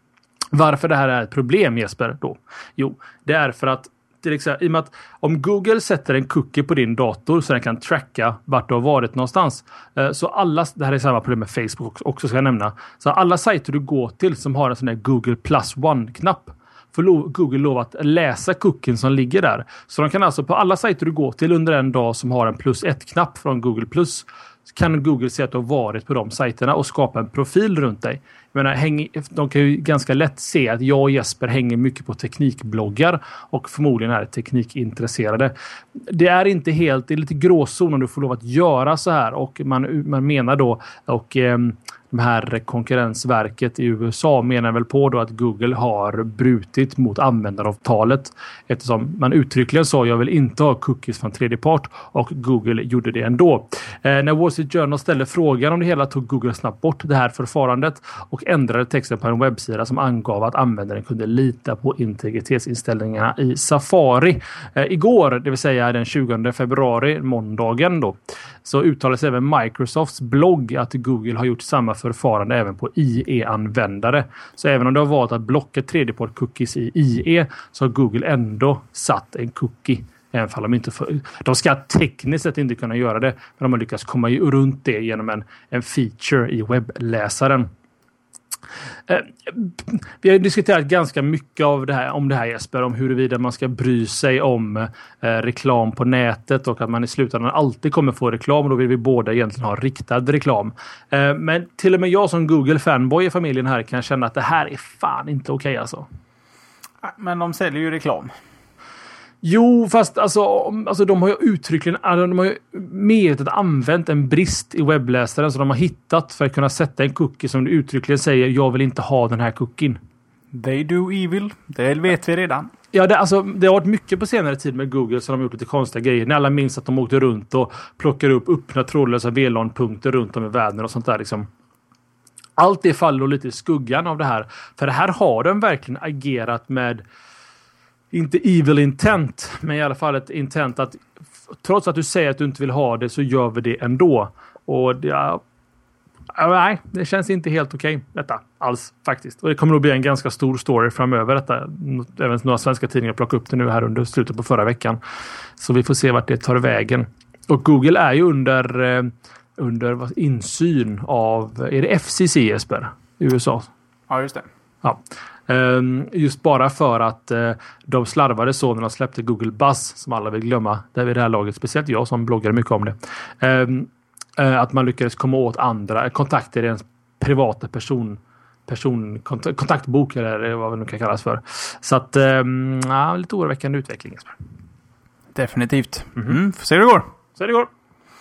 Varför det här är ett problem, Jesper, då? Jo, det är för att till exempel, i och med att om Google sätter en cookie på din dator så den kan tracka vart du har varit någonstans. Så det här är samma problem med Facebook också ska jag nämna. Så alla sajter du går till som har en sån där Google Plus One-knapp får Google lov att läsa cookien som ligger där. Så de kan alltså på alla sajter du går till under en dag som har en +1-knapp från Google Plus kan Google se att du har varit på de sajterna och skapa en profil runt dig. Jag menar, de kan ju ganska lätt se att jag och Jesper hänger mycket på teknikbloggar och förmodligen är teknikintresserade. Det är lite gråzon om du får lov att göra så här och man menar då och de här konkurrensverket i USA menar väl på då att Google har brutit mot användaravtalet eftersom man uttryckligen sa jag vill inte ha cookies från tredje part och Google gjorde det ändå. När Wall Street Journal ställde frågan om det hela tog Google snabbt bort det här förfarandet och ändrade texten på en webbsida som angav att användaren kunde lita på integritetsinställningarna i Safari. Igår, det vill säga den 20 februari, måndagen då, så uttalades även Microsofts blogg att Google har gjort samma förfarande även på IE-användare. Så även om du har valt att blocka tredjepart cookies i IE så har Google ändå satt en cookie. Även fall de ska tekniskt sett inte kunna göra det, men de har lyckats komma runt det genom en feature i webbläsaren. Vi har diskuterat ganska mycket om det här Jesper, om huruvida man ska bry sig om reklam på nätet och att man i slutändan alltid kommer få reklam och då vill vi båda egentligen ha riktad reklam. Men till och med jag som Google-fanboy i familjen här kan känna att det här är fan inte okej alltså. Men de säljer ju reklam. Jo, fast alltså de har ju uttryckligen medvetet använt en brist i webbläsaren som de har hittat för att kunna sätta en cookie som du uttryckligen säger jag vill inte ha den här cookien. They do evil. Det vet vi redan. Ja, det har varit mycket på senare tid med Google som de har gjort lite konstiga grejer. När alla minns att de åkte runt och plockade upp öppna trådlösa VLAN-punkter runt om i världen och sånt där liksom. Allt det faller lite i skuggan av det här. För det här har de verkligen agerat med inte evil intent, men i alla fall ett intent att trots att du säger att du inte vill ha det så gör vi det ändå. Och nej, det känns inte helt okej detta alls faktiskt. Och det kommer att bli en ganska stor story framöver detta. Även några svenska tidningar plockar upp det nu här under slutet på förra veckan. Så vi får se vart det tar vägen. Och Google är ju under insyn av, är det FCC Jesper i USA? Ja, just det. Ja. Just bara för att de slarvade så när de släppte Google Buzz som alla vill glömma. Där vid det här laget, speciellt jag som bloggar mycket om det. Att man lyckades komma åt andra kontakter i en privata kontaktbok eller vad det nu kan kallas för. Så att lite oroväckande utveckling. Definitivt. Får se hur det går.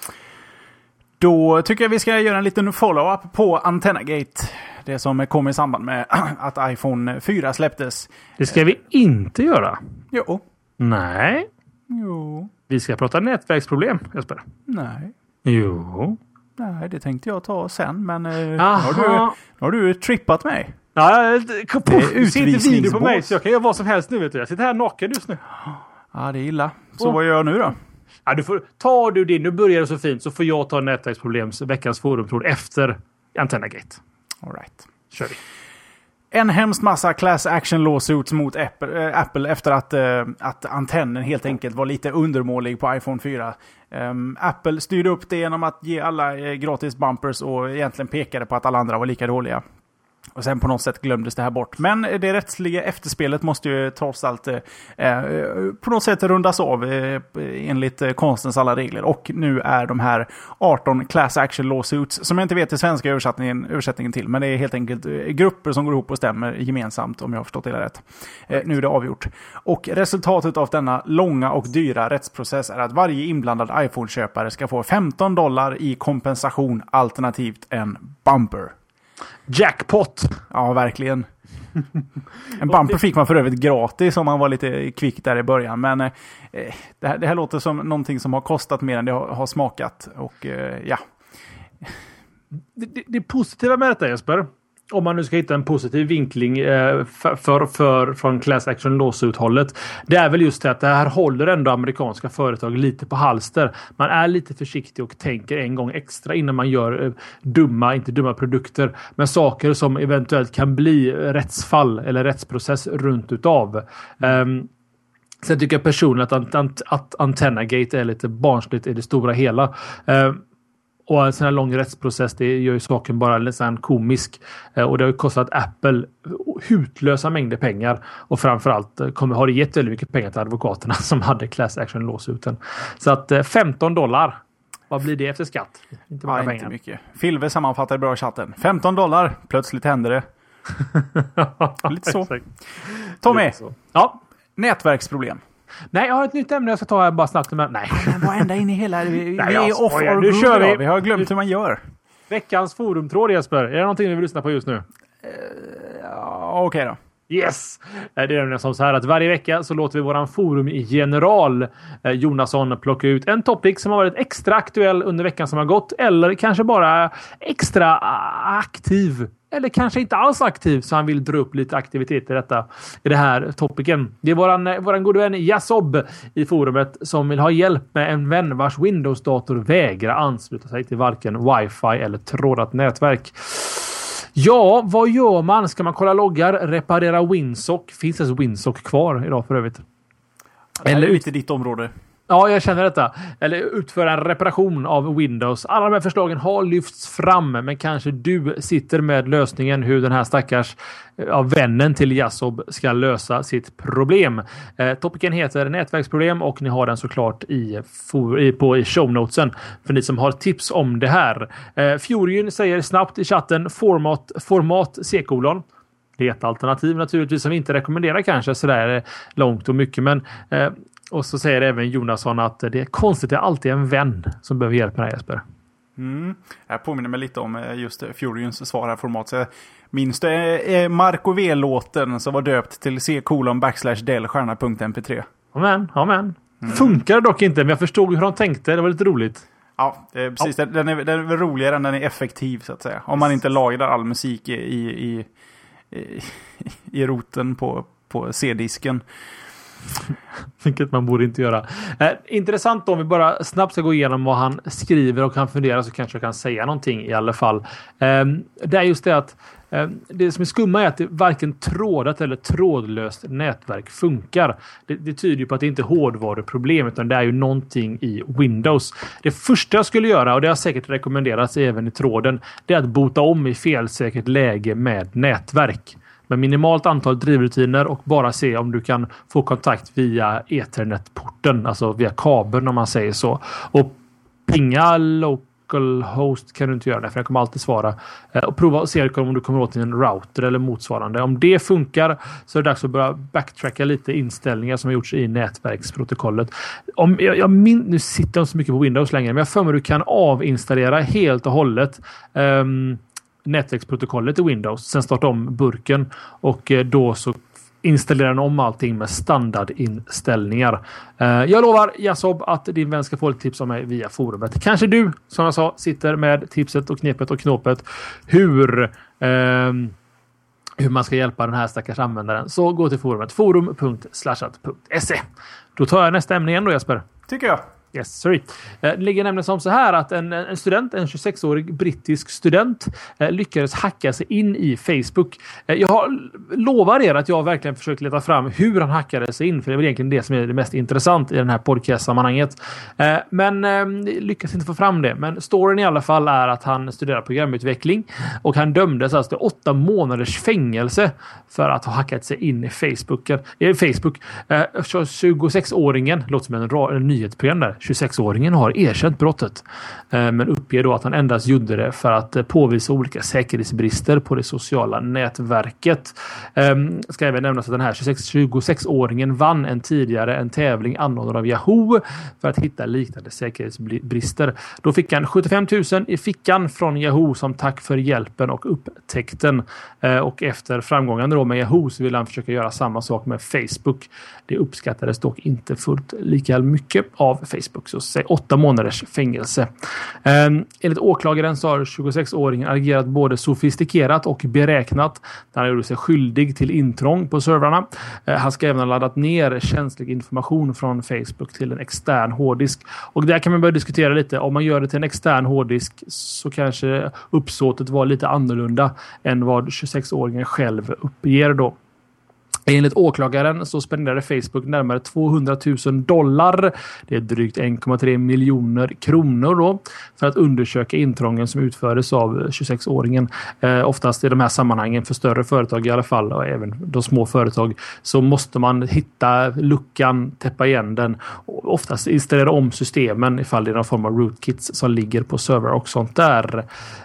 Då tycker jag vi ska göra en liten follow-up på Antennagate. Det som kom i samband med att iPhone 4 släpptes. Det ska vi inte göra. Jo. Nej. Jo. Vi ska prata nätverksproblem, Jesper. Nej. Jo. Nej, det tänkte jag ta sen. Men har du trippat mig. Ja, du ser inte video på utvisningsbås. mig så jag kan göra vad som helst nu vet du. Jag sitter här naken just nu. Ja, det är illa. Så vad gör jag nu då? Ja, tar du din, nu börjar det så fint, så får jag ta nätverksproblems veckans forumtråd efter Antennagate. All right. Kör vi. En hemskt massa class action lawsuits mot Apple efter att antennen helt enkelt var lite undermålig på iPhone 4. Apple styrde upp det genom att ge alla gratis bumpers och egentligen pekade på att alla andra var lika dåliga. Och sen på något sätt glömdes det här bort. Men det rättsliga efterspelet måste ju trots allt på något sätt rundas av enligt konstens alla regler. Och nu är de här 18 class action lawsuits, som jag inte vet den svenska översättningen till, men det är helt enkelt grupper som går ihop och stämmer gemensamt, om jag har förstått det rätt. Nu är det avgjort. Och resultatet av denna långa och dyra rättsprocess är att varje inblandad iPhone-köpare ska få $15 i kompensation, alternativt en bumper. Jackpot! Ja, verkligen. En bumper fick man för övrigt gratis om man var lite kvick där i början. Men det här låter som någonting som har kostat mer än det har smakat. Och ja. Det positiva med detta, Jesper, om man nu ska hitta en positiv vinkling från class action lawsuit-hållet, det är väl just det att det här håller ändå amerikanska företag lite på halster. Man är lite försiktig och tänker en gång extra innan man gör inte dumma produkter, men saker som eventuellt kan bli rättsfall eller rättsprocess runt utav. Sen tycker jag personligen att Antennagate är lite barnsligt i det stora hela. Och en sån här lång rättsprocess, det gör ju saken bara lite komisk. Och det har ju kostat Apple hutlösa mängder pengar. Och framförallt har det gett väldigt mycket pengar till advokaterna som hade class action lawsuiten. Så att $15, vad blir det efter skatt? Inte bara pengar. Inte mycket. Filve sammanfattar bra i chatten. $15, plötsligt händer det. Lite så. Tommy, lite så. Ja. Nätverksproblem. Nej, jag har ett nytt ämne jag ska ta här bara snabbt. Nej. Men vad ända in i hela... Vi Nej, är off our nu kör vi. Vi har glömt hur man gör. Veckans forumtråd, Jesper. Är det någonting vi vill lyssna på just nu? Okej då. Yes! Det är nämligen som så här att varje vecka så låter vi våran forumgeneral Jonasson plocka ut en topic som har varit extra aktuell under veckan som har gått, eller kanske bara extra aktiv, eller kanske inte alls aktiv, så han vill dra upp lite aktivitet i det här topicen. Det är våran gode vän Jasob i forumet som vill ha hjälp med en vän vars Windows-dator vägrar ansluta sig till varken wifi eller trådat nätverk. Ja, vad gör man? Ska man kolla loggar? Reparera Winsock? Finns det Winsock kvar idag för övrigt? Eller ut i ditt område. Ja, jag känner detta. Eller utföra en reparation av Windows. Alla de här förslagen har lyfts fram, men kanske du sitter med lösningen hur den här stackars vännen till Jasob ska lösa sitt problem. Topicen heter nätverksproblem och ni har den såklart i shownotesen för ni som har tips om det här. Fjorjun säger snabbt i chatten format C-kolon. Det är ett alternativ naturligtvis som vi inte rekommenderar kanske sådär långt och mycket, men och så säger även Jonasson att det är konstigt, det är alltid en vän som behöver hjälp med det här, Jesper. Jag påminner mig lite om just Fjorjens svar här format. Så minns du Marco V-låten som var döpt till C:\\del_mp3. Amen. Funkar dock inte, men jag förstod hur de tänkte. Det var lite roligt. Ja, precis. Ja. Den är roligare än den är effektiv så att säga. Om man inte lagrar all musik i roten på C-disken. Vilket man borde inte göra. Intressant om vi bara snabbt ska gå igenom vad han skriver och kan fundera, så kanske jag kan säga någonting i alla fall. Det är just det att det som är skumma är att det varken trådat eller trådlöst nätverk funkar. Det tyder ju på att det inte är hårdvaruproblem, utan det är ju någonting i Windows. Det första jag skulle göra, och det har säkert rekommenderats även i tråden, det är att bota om i felsäkert läge med nätverk. Med minimalt antal drivrutiner och bara se om du kan få kontakt via Ethernet-porten, alltså via kabeln om man säger så. Och pinga localhost kan du inte göra det, för jag kommer alltid svara. Och prova och se om du kommer åt en router eller motsvarande. Om det funkar så är det dags att börja backtracka lite inställningar som har gjorts i nätverksprotokollet. Nu sitter jag inte så mycket på Windows längre, men jag för mig du kan avinstallera helt och hållet nätverksprotokollet i Windows, sen starta om burken och då så installerar den om allting med standardinställningar. Jag lovar Jasob att din vän ska få ett tips av mig via forumet. Kanske du, som jag sa, sitter med tipset och knepet och knåpet hur man ska hjälpa den här stackars användaren, så gå till forumet forum.slashat.se. Då tar jag nästa ämne igen då, Jesper. Tycker jag. Yes, sorry. Det ligger nämligen som så här att en 26-årig brittisk student lyckades hacka sig in i Facebook. Jag lovar er att jag verkligen försökt leta fram hur han hackade sig in, för det är väl egentligen det som är det mest intressant i den här podcast-sammanhanget. Men lyckas inte få fram det. Men storyn i alla fall är att han studerar programutveckling och han dömdes alltså till 8 månaders fängelse för att ha hackat sig in i Facebook. 26-åringen, låter som en nyhetsprogram där. 26-åringen har erkänt brottet, men uppger då att han endast gjorde det för att påvisa olika säkerhetsbrister på det sociala nätverket. Ska även nämnas att den här 26-åringen vann en tävling anordnad av Yahoo för att hitta liknande säkerhetsbrister. Då fick han 75 000 i fickan från Yahoo som tack för hjälpen och upptäckten. Och efter framgången då med Yahoo så vill han försöka göra samma sak med Facebook. Det uppskattades dock inte fullt lika mycket av Facebook, så säg 8 månaders fängelse. Enligt åklagaren så har 26-åringen agerat både sofistikerat och beräknat där han gjorde sig skyldig till intrång på servrarna. Han ska även ha laddat ner känslig information från Facebook till en extern hårddisk. Och där kan man börja diskutera lite. Om man gör det till en extern hårddisk så kanske uppsåtet var lite annorlunda än vad 26-åringen själv uppger då. Enligt åklagaren så spenderade Facebook närmare $200,000, det är drygt 1,3 miljoner kronor då, för att undersöka intrången som utfördes av 26-åringen. Oftast i de här sammanhangen för större företag i alla fall, och även de små företag, så måste man hitta luckan, täppa igen den och oftast installera om systemen ifall det är någon form av rootkits som ligger på server och sånt där.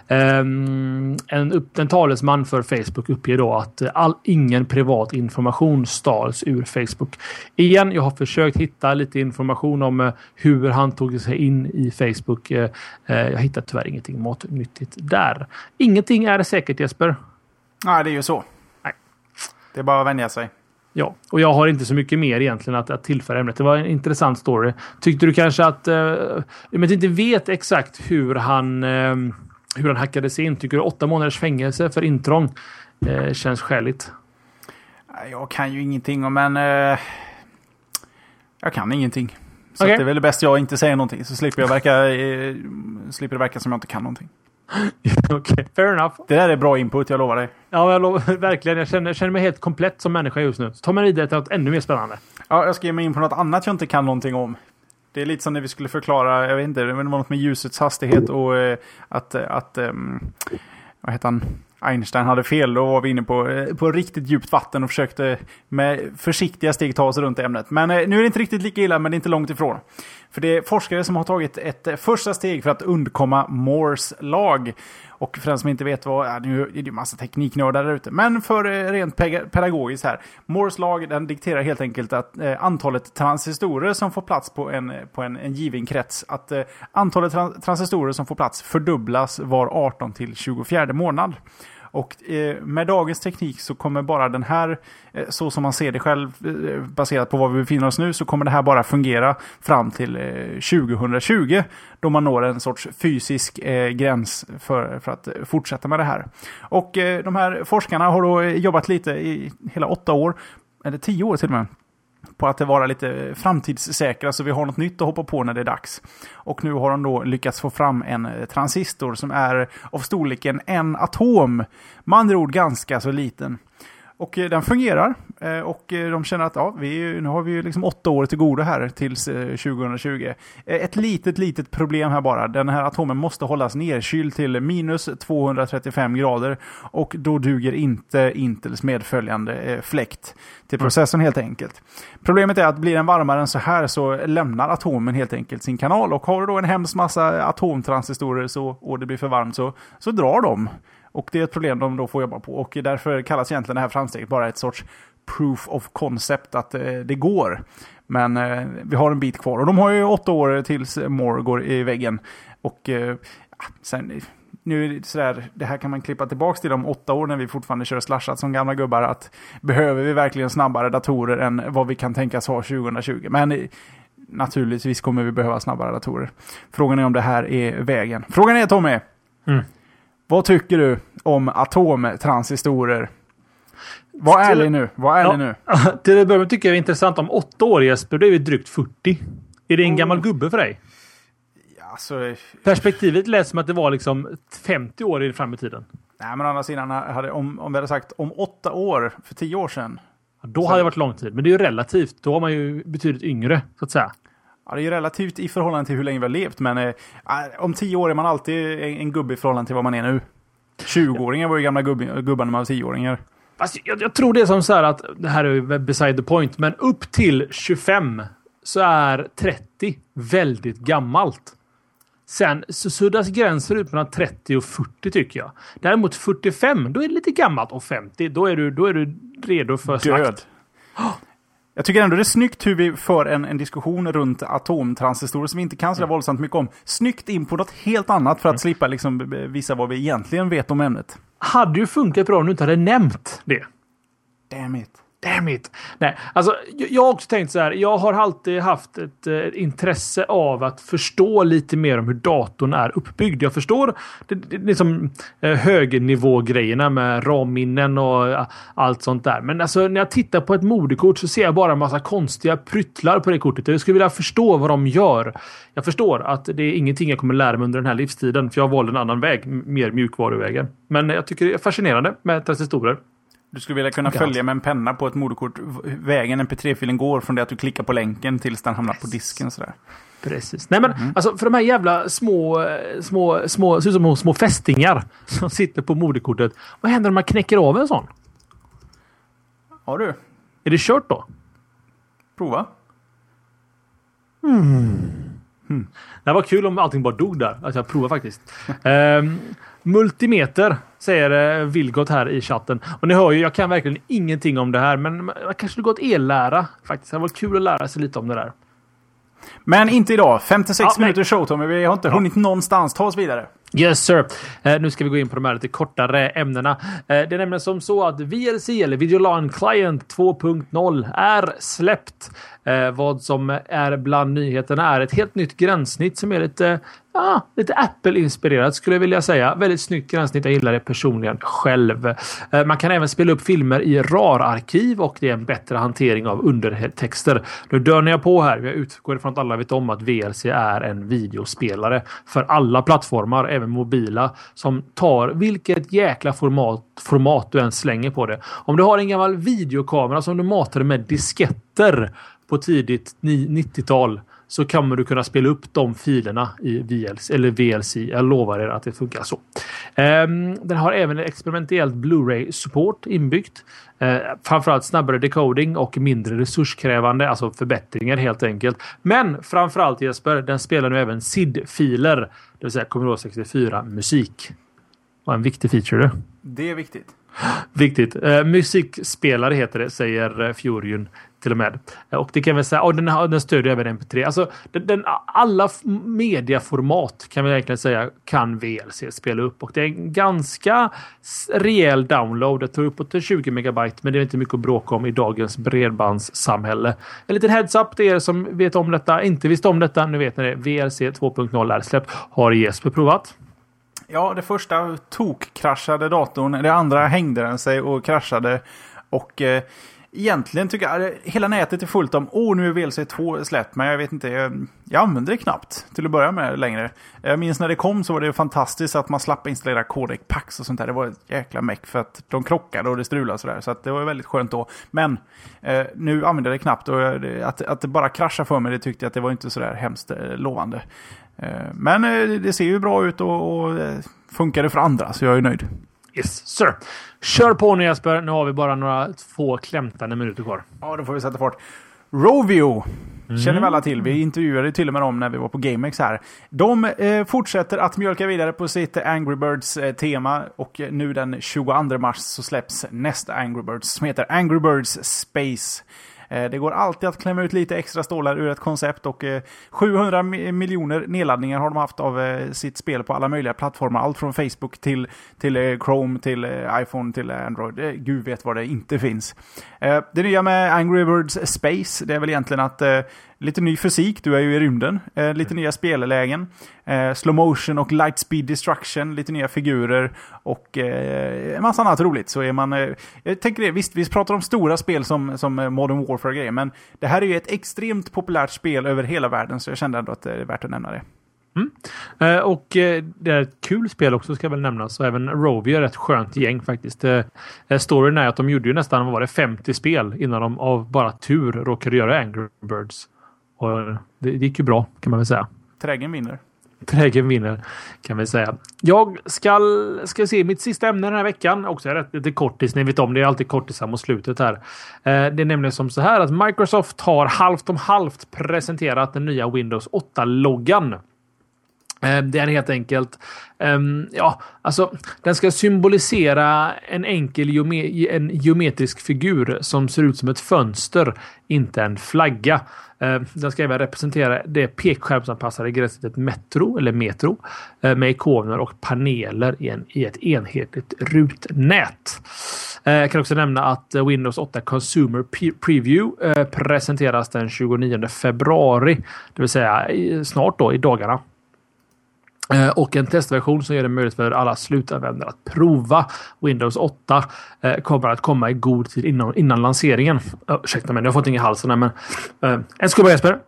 En talesman för Facebook uppger då att ingen privat information stals ur Facebook. Igen, jag har försökt hitta lite information om hur han tog sig in i Facebook. Jag hittar tyvärr ingenting matnyttigt där. Ingenting är säkert, Jesper. Nej, det är ju så. Nej. Det är bara att vänja sig. Ja, och jag har inte så mycket mer egentligen att tillföra ämnet. Det var en intressant story. Tyckte du kanske att jag inte vet exakt hur han hackade sig in? Tycker du 8 månaders fängelse för intrång känns skäligt? Jag kan ju ingenting men jag kan ingenting. Så Okay. det är väl bäst jag inte säger någonting, så slipper det verka som jag inte kan någonting. Okay, fair enough. Det där är bra input, jag lovar dig. Ja, jag lovar, verkligen. Jag känner mig helt komplett som människa just nu. Så ta mig vidare till något ännu mer spännande. Ja, jag ska ge mig in på något annat jag inte kan någonting om. Det är lite som när vi skulle förklara, jag vet inte, det var något med ljusets hastighet och vad heter han? Einstein hade fel. Då var vi inne på riktigt djupt vatten och försökte med försiktiga steg ta oss runt ämnet. Men nu är det inte riktigt lika illa, men det är inte långt ifrån. För det är forskare som har tagit ett första steg för att undkomma Moores lag. Och för den som inte vet nu är det ju massa tekniknördar där ute. Men för rent pedagogiskt här. Moores lag, den dikterar helt enkelt att antalet transistorer som får plats på en given krets. Att antalet transistorer som får plats fördubblas var 18 till 24 månad. Och med dagens teknik så kommer bara den här, så som man ser det själv, baserat på var vi befinner oss nu, så kommer det här bara fungera fram till 2020, då man når en sorts fysisk gräns för att fortsätta med det här. Och de här forskarna har då jobbat lite i hela 8 år, eller 10 år till och med, på att det vara lite framtidssäkra, så vi har något nytt att hoppa på när det är dags. Och nu har de då lyckats få fram en transistor som är av storleken en atom. Med andra ord ganska så liten. Och den fungerar. Och de känner att nu har vi liksom 8 år till godo här tills 2020. Ett litet problem här bara. Den här atomen måste hållas nedkyld till minus 235 grader. Och då duger inte Intels medföljande fläkt till processorn helt enkelt. Problemet är att blir den varmare än så här så lämnar atomen helt enkelt sin kanal. Och har du då en hemsk massa atomtransistorer och det blir för varmt så drar de. Och det är ett problem de då får jobba på. Och därför kallas egentligen det här framsteget bara ett sorts proof of concept, att det går. Men vi har en bit kvar. Och de har ju 8 år tills Moore går i väggen. Och sen, nu är det sådär, det här kan man klippa tillbaka till om 8 år när vi fortfarande kör slashat som gamla gubbar. Att behöver vi verkligen snabbare datorer än vad vi kan tänkas ha 2020? Men naturligtvis kommer vi behöva snabbare datorer. Frågan är om det här är vägen. Frågan är, Tommy. Vad tycker du om atomtransistorer? Var ärlig nu. Till att börja med tycker jag det är intressant om 8 år, Jesper. Det är vi drygt 40. Är det en gammal gubbe för dig? Alltså, Perspektivet lät som att det var liksom 50 år fram i tiden. Nej, men å andra sidan, om vi hade sagt om 8 år, för 10 år sedan. Då hade det varit lång tid. Men det är ju relativt. Då var man ju betydligt yngre, så att säga. Ja, det är ju relativt i förhållande till hur länge vi har levt. Men om 10 år är man alltid en gubbe i förhållande till vad man är nu. 20-åringar var ju gamla gubbar när man var 10-åringar. Alltså, jag tror det är som så här att det här är beside the point. Men upp till 25 så är 30 väldigt gammalt. Sen så suddas gränser ut mellan 30 och 40 tycker jag. Däremot 45, då är det lite gammalt. Och 50, då är du redo för slakt. Jag tycker ändå det är snyggt hur vi för en diskussion runt atomtransistorer som vi inte kan så våldsamt mycket om. Snyggt in på något helt annat för att slippa liksom visa vad vi egentligen vet om ämnet. Hade ju funkat bra om du inte hade nämnt det. Damn it. Nej, alltså jag har också tänkt så här. Jag har alltid haft ett intresse av att förstå lite mer om hur datorn är uppbyggd. Jag förstår det liksom högnivågrejerna med ramminnen och allt sånt där. Men alltså när jag tittar på ett moderkort så ser jag bara en massa konstiga pryttlar på det kortet. Jag skulle vilja förstå vad de gör. Jag förstår att det är ingenting jag kommer lära mig under den här livstiden. För jag valde en annan väg, mer mjukvaruvägen. Men jag tycker det är fascinerande med transistorer. Du skulle vilja kunna följa med en penna på ett moderkort vägen MP3-filen går från det att du klickar på länken tills den hamnar på disken sådär. Precis. Nej men alltså för de här jävla små ser ut som små fästingar som sitter på moderkortet. Vad händer om man knäcker av en sån? Ja du. Är det kört då? Prova. Det var kul om allting bara dog där. Alltså jag provar faktiskt. Multimeter säger Vilgot här i chatten. Och ni hör ju, jag kan verkligen ingenting om det här. Men man kanske skulle gå ett ellära faktiskt. Det var kul att lära sig lite om det där. Men inte idag. 56 minuter show, Tommy. Vi har inte hunnit någonstans. Ta oss vidare. Yes sir. Nu ska vi gå in på de här lite kortare ämnena. Det är nämligen som så att VLC eller Video LAN Client 2.0 är släppt. Vad som är bland nyheterna är ett helt nytt gränssnitt som är lite Apple-inspirerat skulle jag vilja säga. Väldigt snyggt gränssnitt. Jag gillar det personligen själv. Man kan även spela upp filmer i RAR-arkiv och det är en bättre hantering av undertexter. Nu dörnar jag på här. Jag utgår ifrån att alla vet om att VLC är en videospelare för alla plattformar, även mobila, som tar vilket jäkla format du än slänger på det. Om du har en gammal videokamera som du matade med disketter på tidigt 90-tal så kommer du kunna spela upp de filerna i VLC. Jag lovar er att det funkar så. Den har även experimentellt Blu-ray-support inbyggt. Framförallt snabbare decoding och mindre resurskrävande, alltså förbättringar helt enkelt. Men framförallt Jesper, den spelar nu även SID-filer, det vill säga Commodore 64 musik. Och en viktig feature. Det är viktigt. Viktigt. Musikspelare heter det, säger Fjorjun till och med. Och det kan vi säga, den stödjer även MP3. Alltså, alla mediaformat kan vi egentligen säga kan VLC spela upp. Och det är en ganska rejäl download. Det tar uppåt till 20 megabyte, men det är inte mycket att bråka om i dagens bredbandssamhälle. En liten heads-up till er som vet om detta, inte visste om detta. Nu vet ni det. VLC 2.0 är släppt. Har Jesper provat? Ja, det första kraschade datorn. Det andra hängde den sig och kraschade. Och egentligen tycker jag hela nätet är fullt om nu är VLC 2 släppt. Men jag vet inte, jag använder det knappt till att börja med längre. Jag minns när det kom så var det fantastiskt att man slapp installera codec packs och sånt där. Det var ett jäkla meck för att de krockade och det strulade sådär. Så att det var väldigt skönt då. Men nu använder jag det knappt. Och att det bara kraschar för mig, det tyckte jag att det var inte sådär hemskt lovande. Men det ser ju bra ut och funkar det för andra, så jag är nöjd. Yes, sir. Kör på nu Jesper, nu har vi bara några få klämtande minuter kvar. Ja, då får vi sätta fart. Rovio känner vi alla till. Vi intervjuade till och med dem när vi var på GameX här. De fortsätter att mjölka vidare på sitt Angry Birds-tema och nu den 22 mars så släpps nästa Angry Birds som heter Angry Birds Space. Det går alltid att klämma ut lite extra stålar ur ett koncept och 700 miljoner nedladdningar har de haft av sitt spel på alla möjliga plattformar. Allt från Facebook till Chrome, till iPhone, till Android. Gud vet vad det inte finns. Det nya med Angry Birds Space, det är väl egentligen att lite ny fysik, du är ju i rymden. Lite nya spellägen. slow motion och light speed destruction, lite nya figurer och en massa annat roligt. Så är man, jag tänker det, visst, vi pratar om stora spel som Modern Warfare-grejer, men det här är ju ett extremt populärt spel över hela världen, så jag kände ändå att det är värt att nämna det. Och det är ett kul spel också, ska väl nämnas. Så även Rovio är ett skönt gäng faktiskt. Storyn är att de gjorde ju nästan, var det 50 spel innan de av bara tur råkade göra Angry Birds. Och det gick ju bra, kan man väl säga. Trägen vinner. Trägen vinner, kan vi säga. Jag ska se mitt sista ämne den här veckan. Också är lite kortis, ni vet om det är alltid kortisar mot slutet här. Det är nämligen som så här att Microsoft har halvt om halvt presenterat den nya Windows 8-loggan. Det är helt enkelt den ska symbolisera en enkel geometrisk figur som ser ut som ett fönster, inte en flagga. Den ska även representera det pekskärmsanpassade gränssnittet metro med ikoner och paneler i ett enhetligt rutnät. Jag kan också nämna att Windows 8 Consumer Preview presenteras den 29 februari, det vill säga snart då i dagarna. Och en testversion som gör det möjligt för alla slutanvändare att prova Windows 8 kommer att komma i god tid innan lanseringen. Ursäkta mig, jag har fått inget i halsen här, men en skubba Jesper.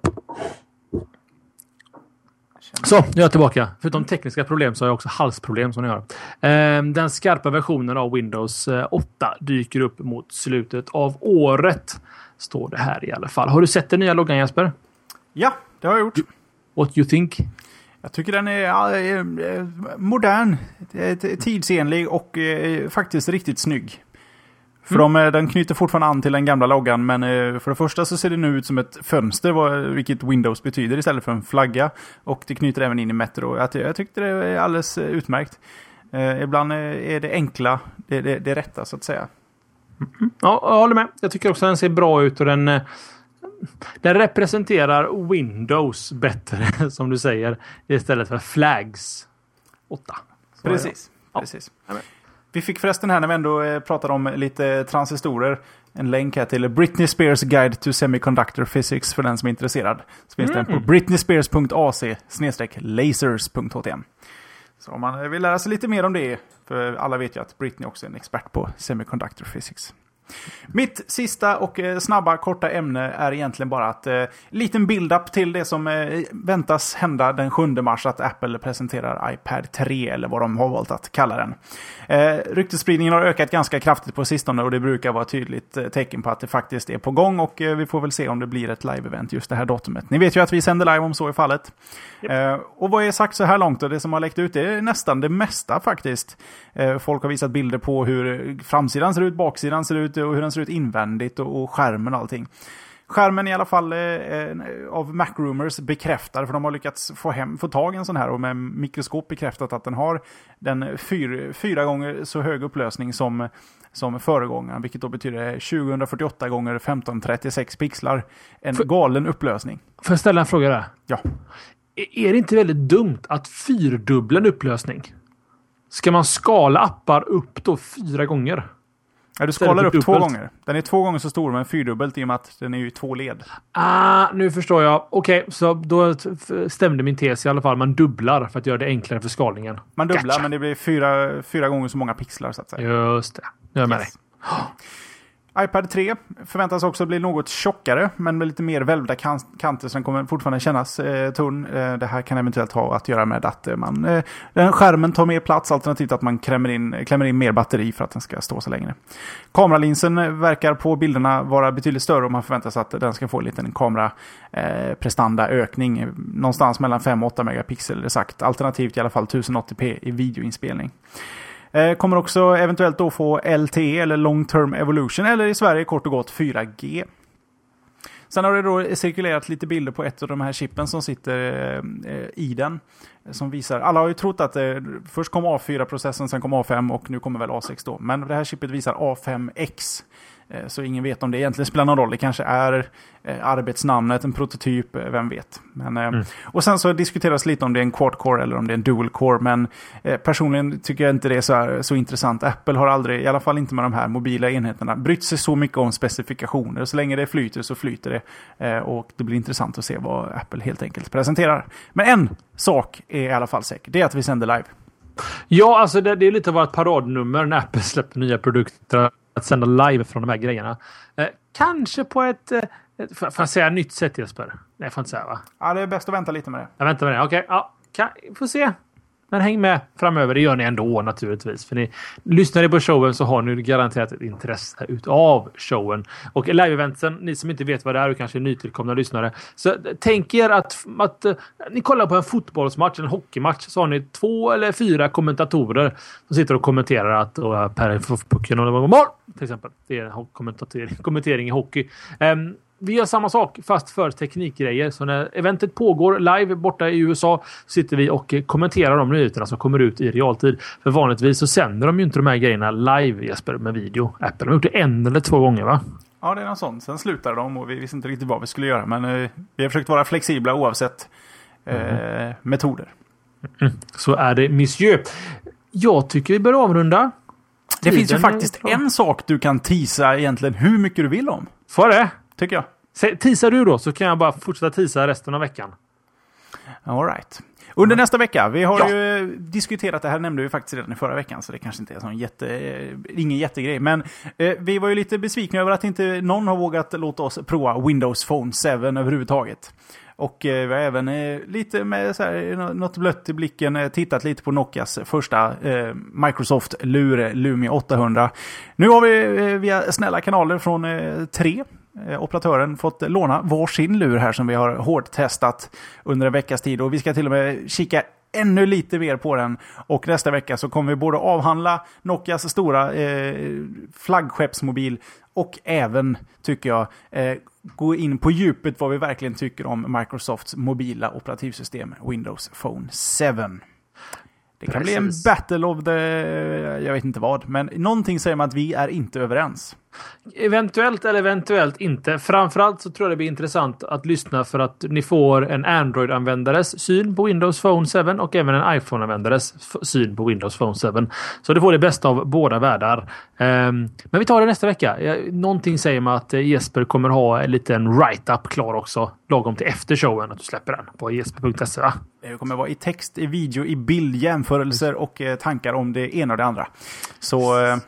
Så, nu är jag tillbaka. Förutom tekniska problem så har jag också halsproblem som ni har. Den skarpa versionen av Windows 8 dyker upp mot slutet av året. Står det här i alla fall. Har du sett den nya loggan, Jesper? Ja, det har jag gjort. What you think? Jag tycker den är modern, tidsenlig och faktiskt riktigt snygg. För den knyter fortfarande an till den gamla loggan, men för det första så ser det nu ut som ett fönster, vilket Windows betyder istället för en flagga. Och det knyter även in i Metro. Jag tyckte det är alldeles utmärkt. Ibland är det enkla, det rätta så att säga. Ja, jag håller med. Jag tycker också att den ser bra ut och den representerar Windows bättre, som du säger, istället för Flags 8. Precis. Vi fick förresten här, när vi ändå pratade om lite transistorer, en länk här till Britney Spears Guide to Semiconductor Physics för den som är intresserad. Så finns den på britneyspears.ac/lasers.htm. Så om man vill lära sig lite mer om det, för alla vet ju att Britney också är en expert på semiconductor physics. Mitt sista och snabba korta ämne är egentligen bara att liten build-up till det som väntas hända den 7 mars, att Apple presenterar iPad 3, eller vad de har valt att kalla den. Ryktesspridningen har ökat ganska kraftigt på sistone, och det brukar vara ett tydligt tecken på att det faktiskt är på gång, och vi får väl se om det blir ett live-event just det här datumet. Ni vet ju att vi sänder live om så är fallet. Yep. Och vad är sagt så här långt, och det som har läckt ut är nästan det mesta faktiskt. Folk har visat bilder på hur framsidan ser ut, baksidan ser ut och hur den ser ut invändigt och skärmen och allting. Skärmen i alla fall av Mac Rumors bekräftar, för de har lyckats få tag i en sån här och med mikroskop bekräftat att den har den 4 gånger så hög upplösning som föregångaren, vilket då betyder 2048 gånger 1536 pixlar. En galen upplösning. Får jag ställa en fråga där? Ja. Är det inte väldigt dumt att 4-dubbla en upplösning? Ska man skala appar upp då 4 gånger? Ja, du skalar upp 2 gånger. Den är 2 gånger så stor, men 4-dubbelt i och med att den är ju 2 led. Nu förstår jag. Okej, så då stämde min tes i alla fall. Man dubblar för att göra det enklare för skalningen. Man dubblar, men det blir 4 gånger så många pixlar så att säga. Just det. Jag är med dig. iPad 3 förväntas också bli något tjockare, men med lite mer välvda kanter, så den kommer fortfarande kännas tunn. Det här kan eventuellt ha att göra med att den skärmen tar mer plats, alternativt att man klämmer in mer batteri för att den ska stå så länge. Kameralinsen verkar på bilderna vara betydligt större, och man förväntar sig att den ska få en liten kameraprestandaökning någonstans mellan 5 och 8 megapixel sagt, alternativt i alla fall 1080p i videoinspelning. Kommer också eventuellt då få LTE eller Long Term Evolution, eller i Sverige kort och gott 4G. Sen har det då cirkulerat lite bilder på ett av de här chippen som sitter i den. Som visar, alla har ju trott att först kom A4-processen, sen kom A5 och nu kommer väl A6 då. Men det här chippet visar A5X. Så ingen vet om det egentligen spelar någon roll. Det kanske är arbetsnamnet, en prototyp, vem vet. Men, och sen så diskuteras lite om det är en quad-core eller om det är en dual-core. Men personligen tycker jag inte det är så intressant. Apple har aldrig, i alla fall inte med de här mobila enheterna, brytt sig så mycket om specifikationer. Så länge det flyter så flyter det. Och det blir intressant att se vad Apple helt enkelt presenterar. Men en sak är i alla fall säker. Det är att vi sänder live. Ja, alltså det är lite av ett paradnummer när Apple släpper nya produkter att sända live från de här grejerna. Kanske på ett får jag säga nytt sätt, Jesper? Nej, får inte säga, va? Ja, det är bäst att vänta lite med det. Jag väntar med det. Okej, ja, får se. Men häng med framöver. Det gör ni ändå naturligtvis. För ni lyssnar ni på showen så har ni garanterat ett intresse utav showen. Och live-eventen, ni som inte vet vad det är och kanske är nytillkomna lyssnare. Så tänk er att ni kollar på en fotbollsmatch, en hockeymatch, så har ni 2 eller 4 kommentatorer som sitter och kommenterar att Per pucken och det var mål, till exempel. Det är kommentering i hockey. Vi gör samma sak fast för teknikgrejer. Så när eventet pågår live borta i USA sitter vi och kommenterar de nyheterna som kommer ut i realtid. För vanligtvis så sänder de ju inte de här grejerna live, Jesper, med video. Apple har gjort det 1 eller 2 gånger, va? Ja, det är något sånt. Sen slutar de och vi visste inte riktigt vad vi skulle göra. Men vi har försökt vara flexibla oavsett metoder. Så är det, monsieur. Jag tycker vi bör avrunda. Det finns ju faktiskt en sak du kan teasa egentligen hur mycket du vill om. Får det? Tycker jag. Teasar du då så kan jag bara fortsätta teasa resten av veckan. All right. Under nästa vecka, vi har ju diskuterat det här, nämnde vi faktiskt redan i förra veckan, så det kanske inte är ingen jättegrej. Men vi var ju lite besvikna över att inte någon har vågat låta oss prova Windows Phone 7 överhuvudtaget. Och vi har även lite med så här, något blött i blicken tittat lite på Nokias första Microsoft-lur Lumia 800. Nu har vi via snälla kanaler från 3 operatören fått låna varsin lur här som vi har hårt testat under en veckas tid. Och vi ska till och med kika ännu lite mer på den. Och nästa vecka så kommer vi både avhandla Nokias stora flaggskeppsmobil och även, tycker jag, gå in på djupet vad vi verkligen tycker om Microsofts mobila operativsystem Windows Phone 7. Det kan bli en battle of the... Jag vet inte vad. Men någonting säger man att vi är inte överens. Eventuellt eller eventuellt inte. Framförallt så tror jag det blir intressant att lyssna för att ni får en Android-användares syn på Windows Phone 7 och även en iPhone-användares syn på Windows Phone 7. Så det får det bästa av båda världar. Men vi tar det nästa vecka. Någonting säger mig att Jesper kommer ha en liten write-up klar också. Lagom till efter showen att du släpper den på jesper.se, va? Det kommer vara i text, i video, i bild, jämförelser och tankar om det ena och det andra. Så...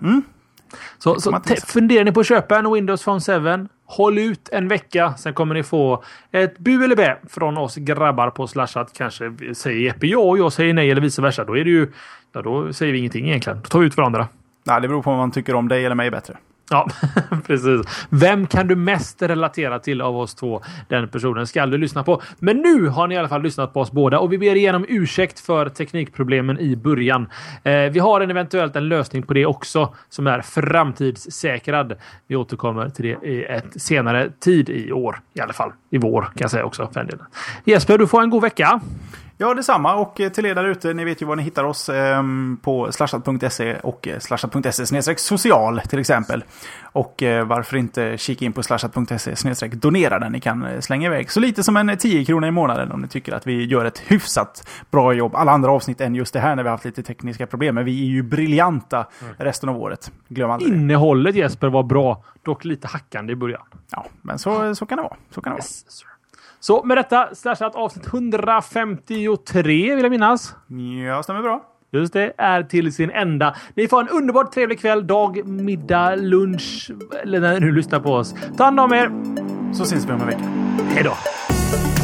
Så funderar ni på att köpa en Windows Phone 7, håll ut en vecka, sen kommer ni få ett bu eller bä från oss grabbar på Slashat. Kanske säger Jeppe ja och jag säger nej eller vice versa. Då är det ju, då säger vi ingenting egentligen. Då tar vi ut varandra. Nej, det beror på om man tycker om dig eller mig bättre. Ja, precis. Vem kan du mest relatera till av oss två? Den personen ska du lyssna på. Men nu har ni i alla fall lyssnat på oss båda och vi ber igenom ursäkt för teknikproblemen i början. Vi har eventuellt en lösning på det också som är framtidssäkrad. Vi återkommer till det i ett senare tid i år. I alla fall i vår kan jag säga också. Jesper, du får en god vecka. Ja, detsamma. Och till er där ute, ni vet ju var ni hittar oss på slashat.se och slashat.se/social till exempel. Och varför inte kika in på slashat.se/donera den. Ni kan slänga iväg så lite som en 10 kronor i månaden om ni tycker att vi gör ett hyfsat bra jobb. Alla andra avsnitt än just det här när vi har haft lite tekniska problem. Men vi är ju briljanta resten av året. Glöm aldrig. Innehållet, Jesper, var bra. Dock lite hackande i början. Ja, men så kan det vara. Så kan det vara. Så med detta slashat avsnitt 153 vill jag minnas. Ja, stämmer bra. Just det, är till sin ända. Ni får en underbart trevlig kväll, dag, middag, lunch eller när du lyssnar på oss. Ta hand om er. Så syns vi om en vecka. Hej då.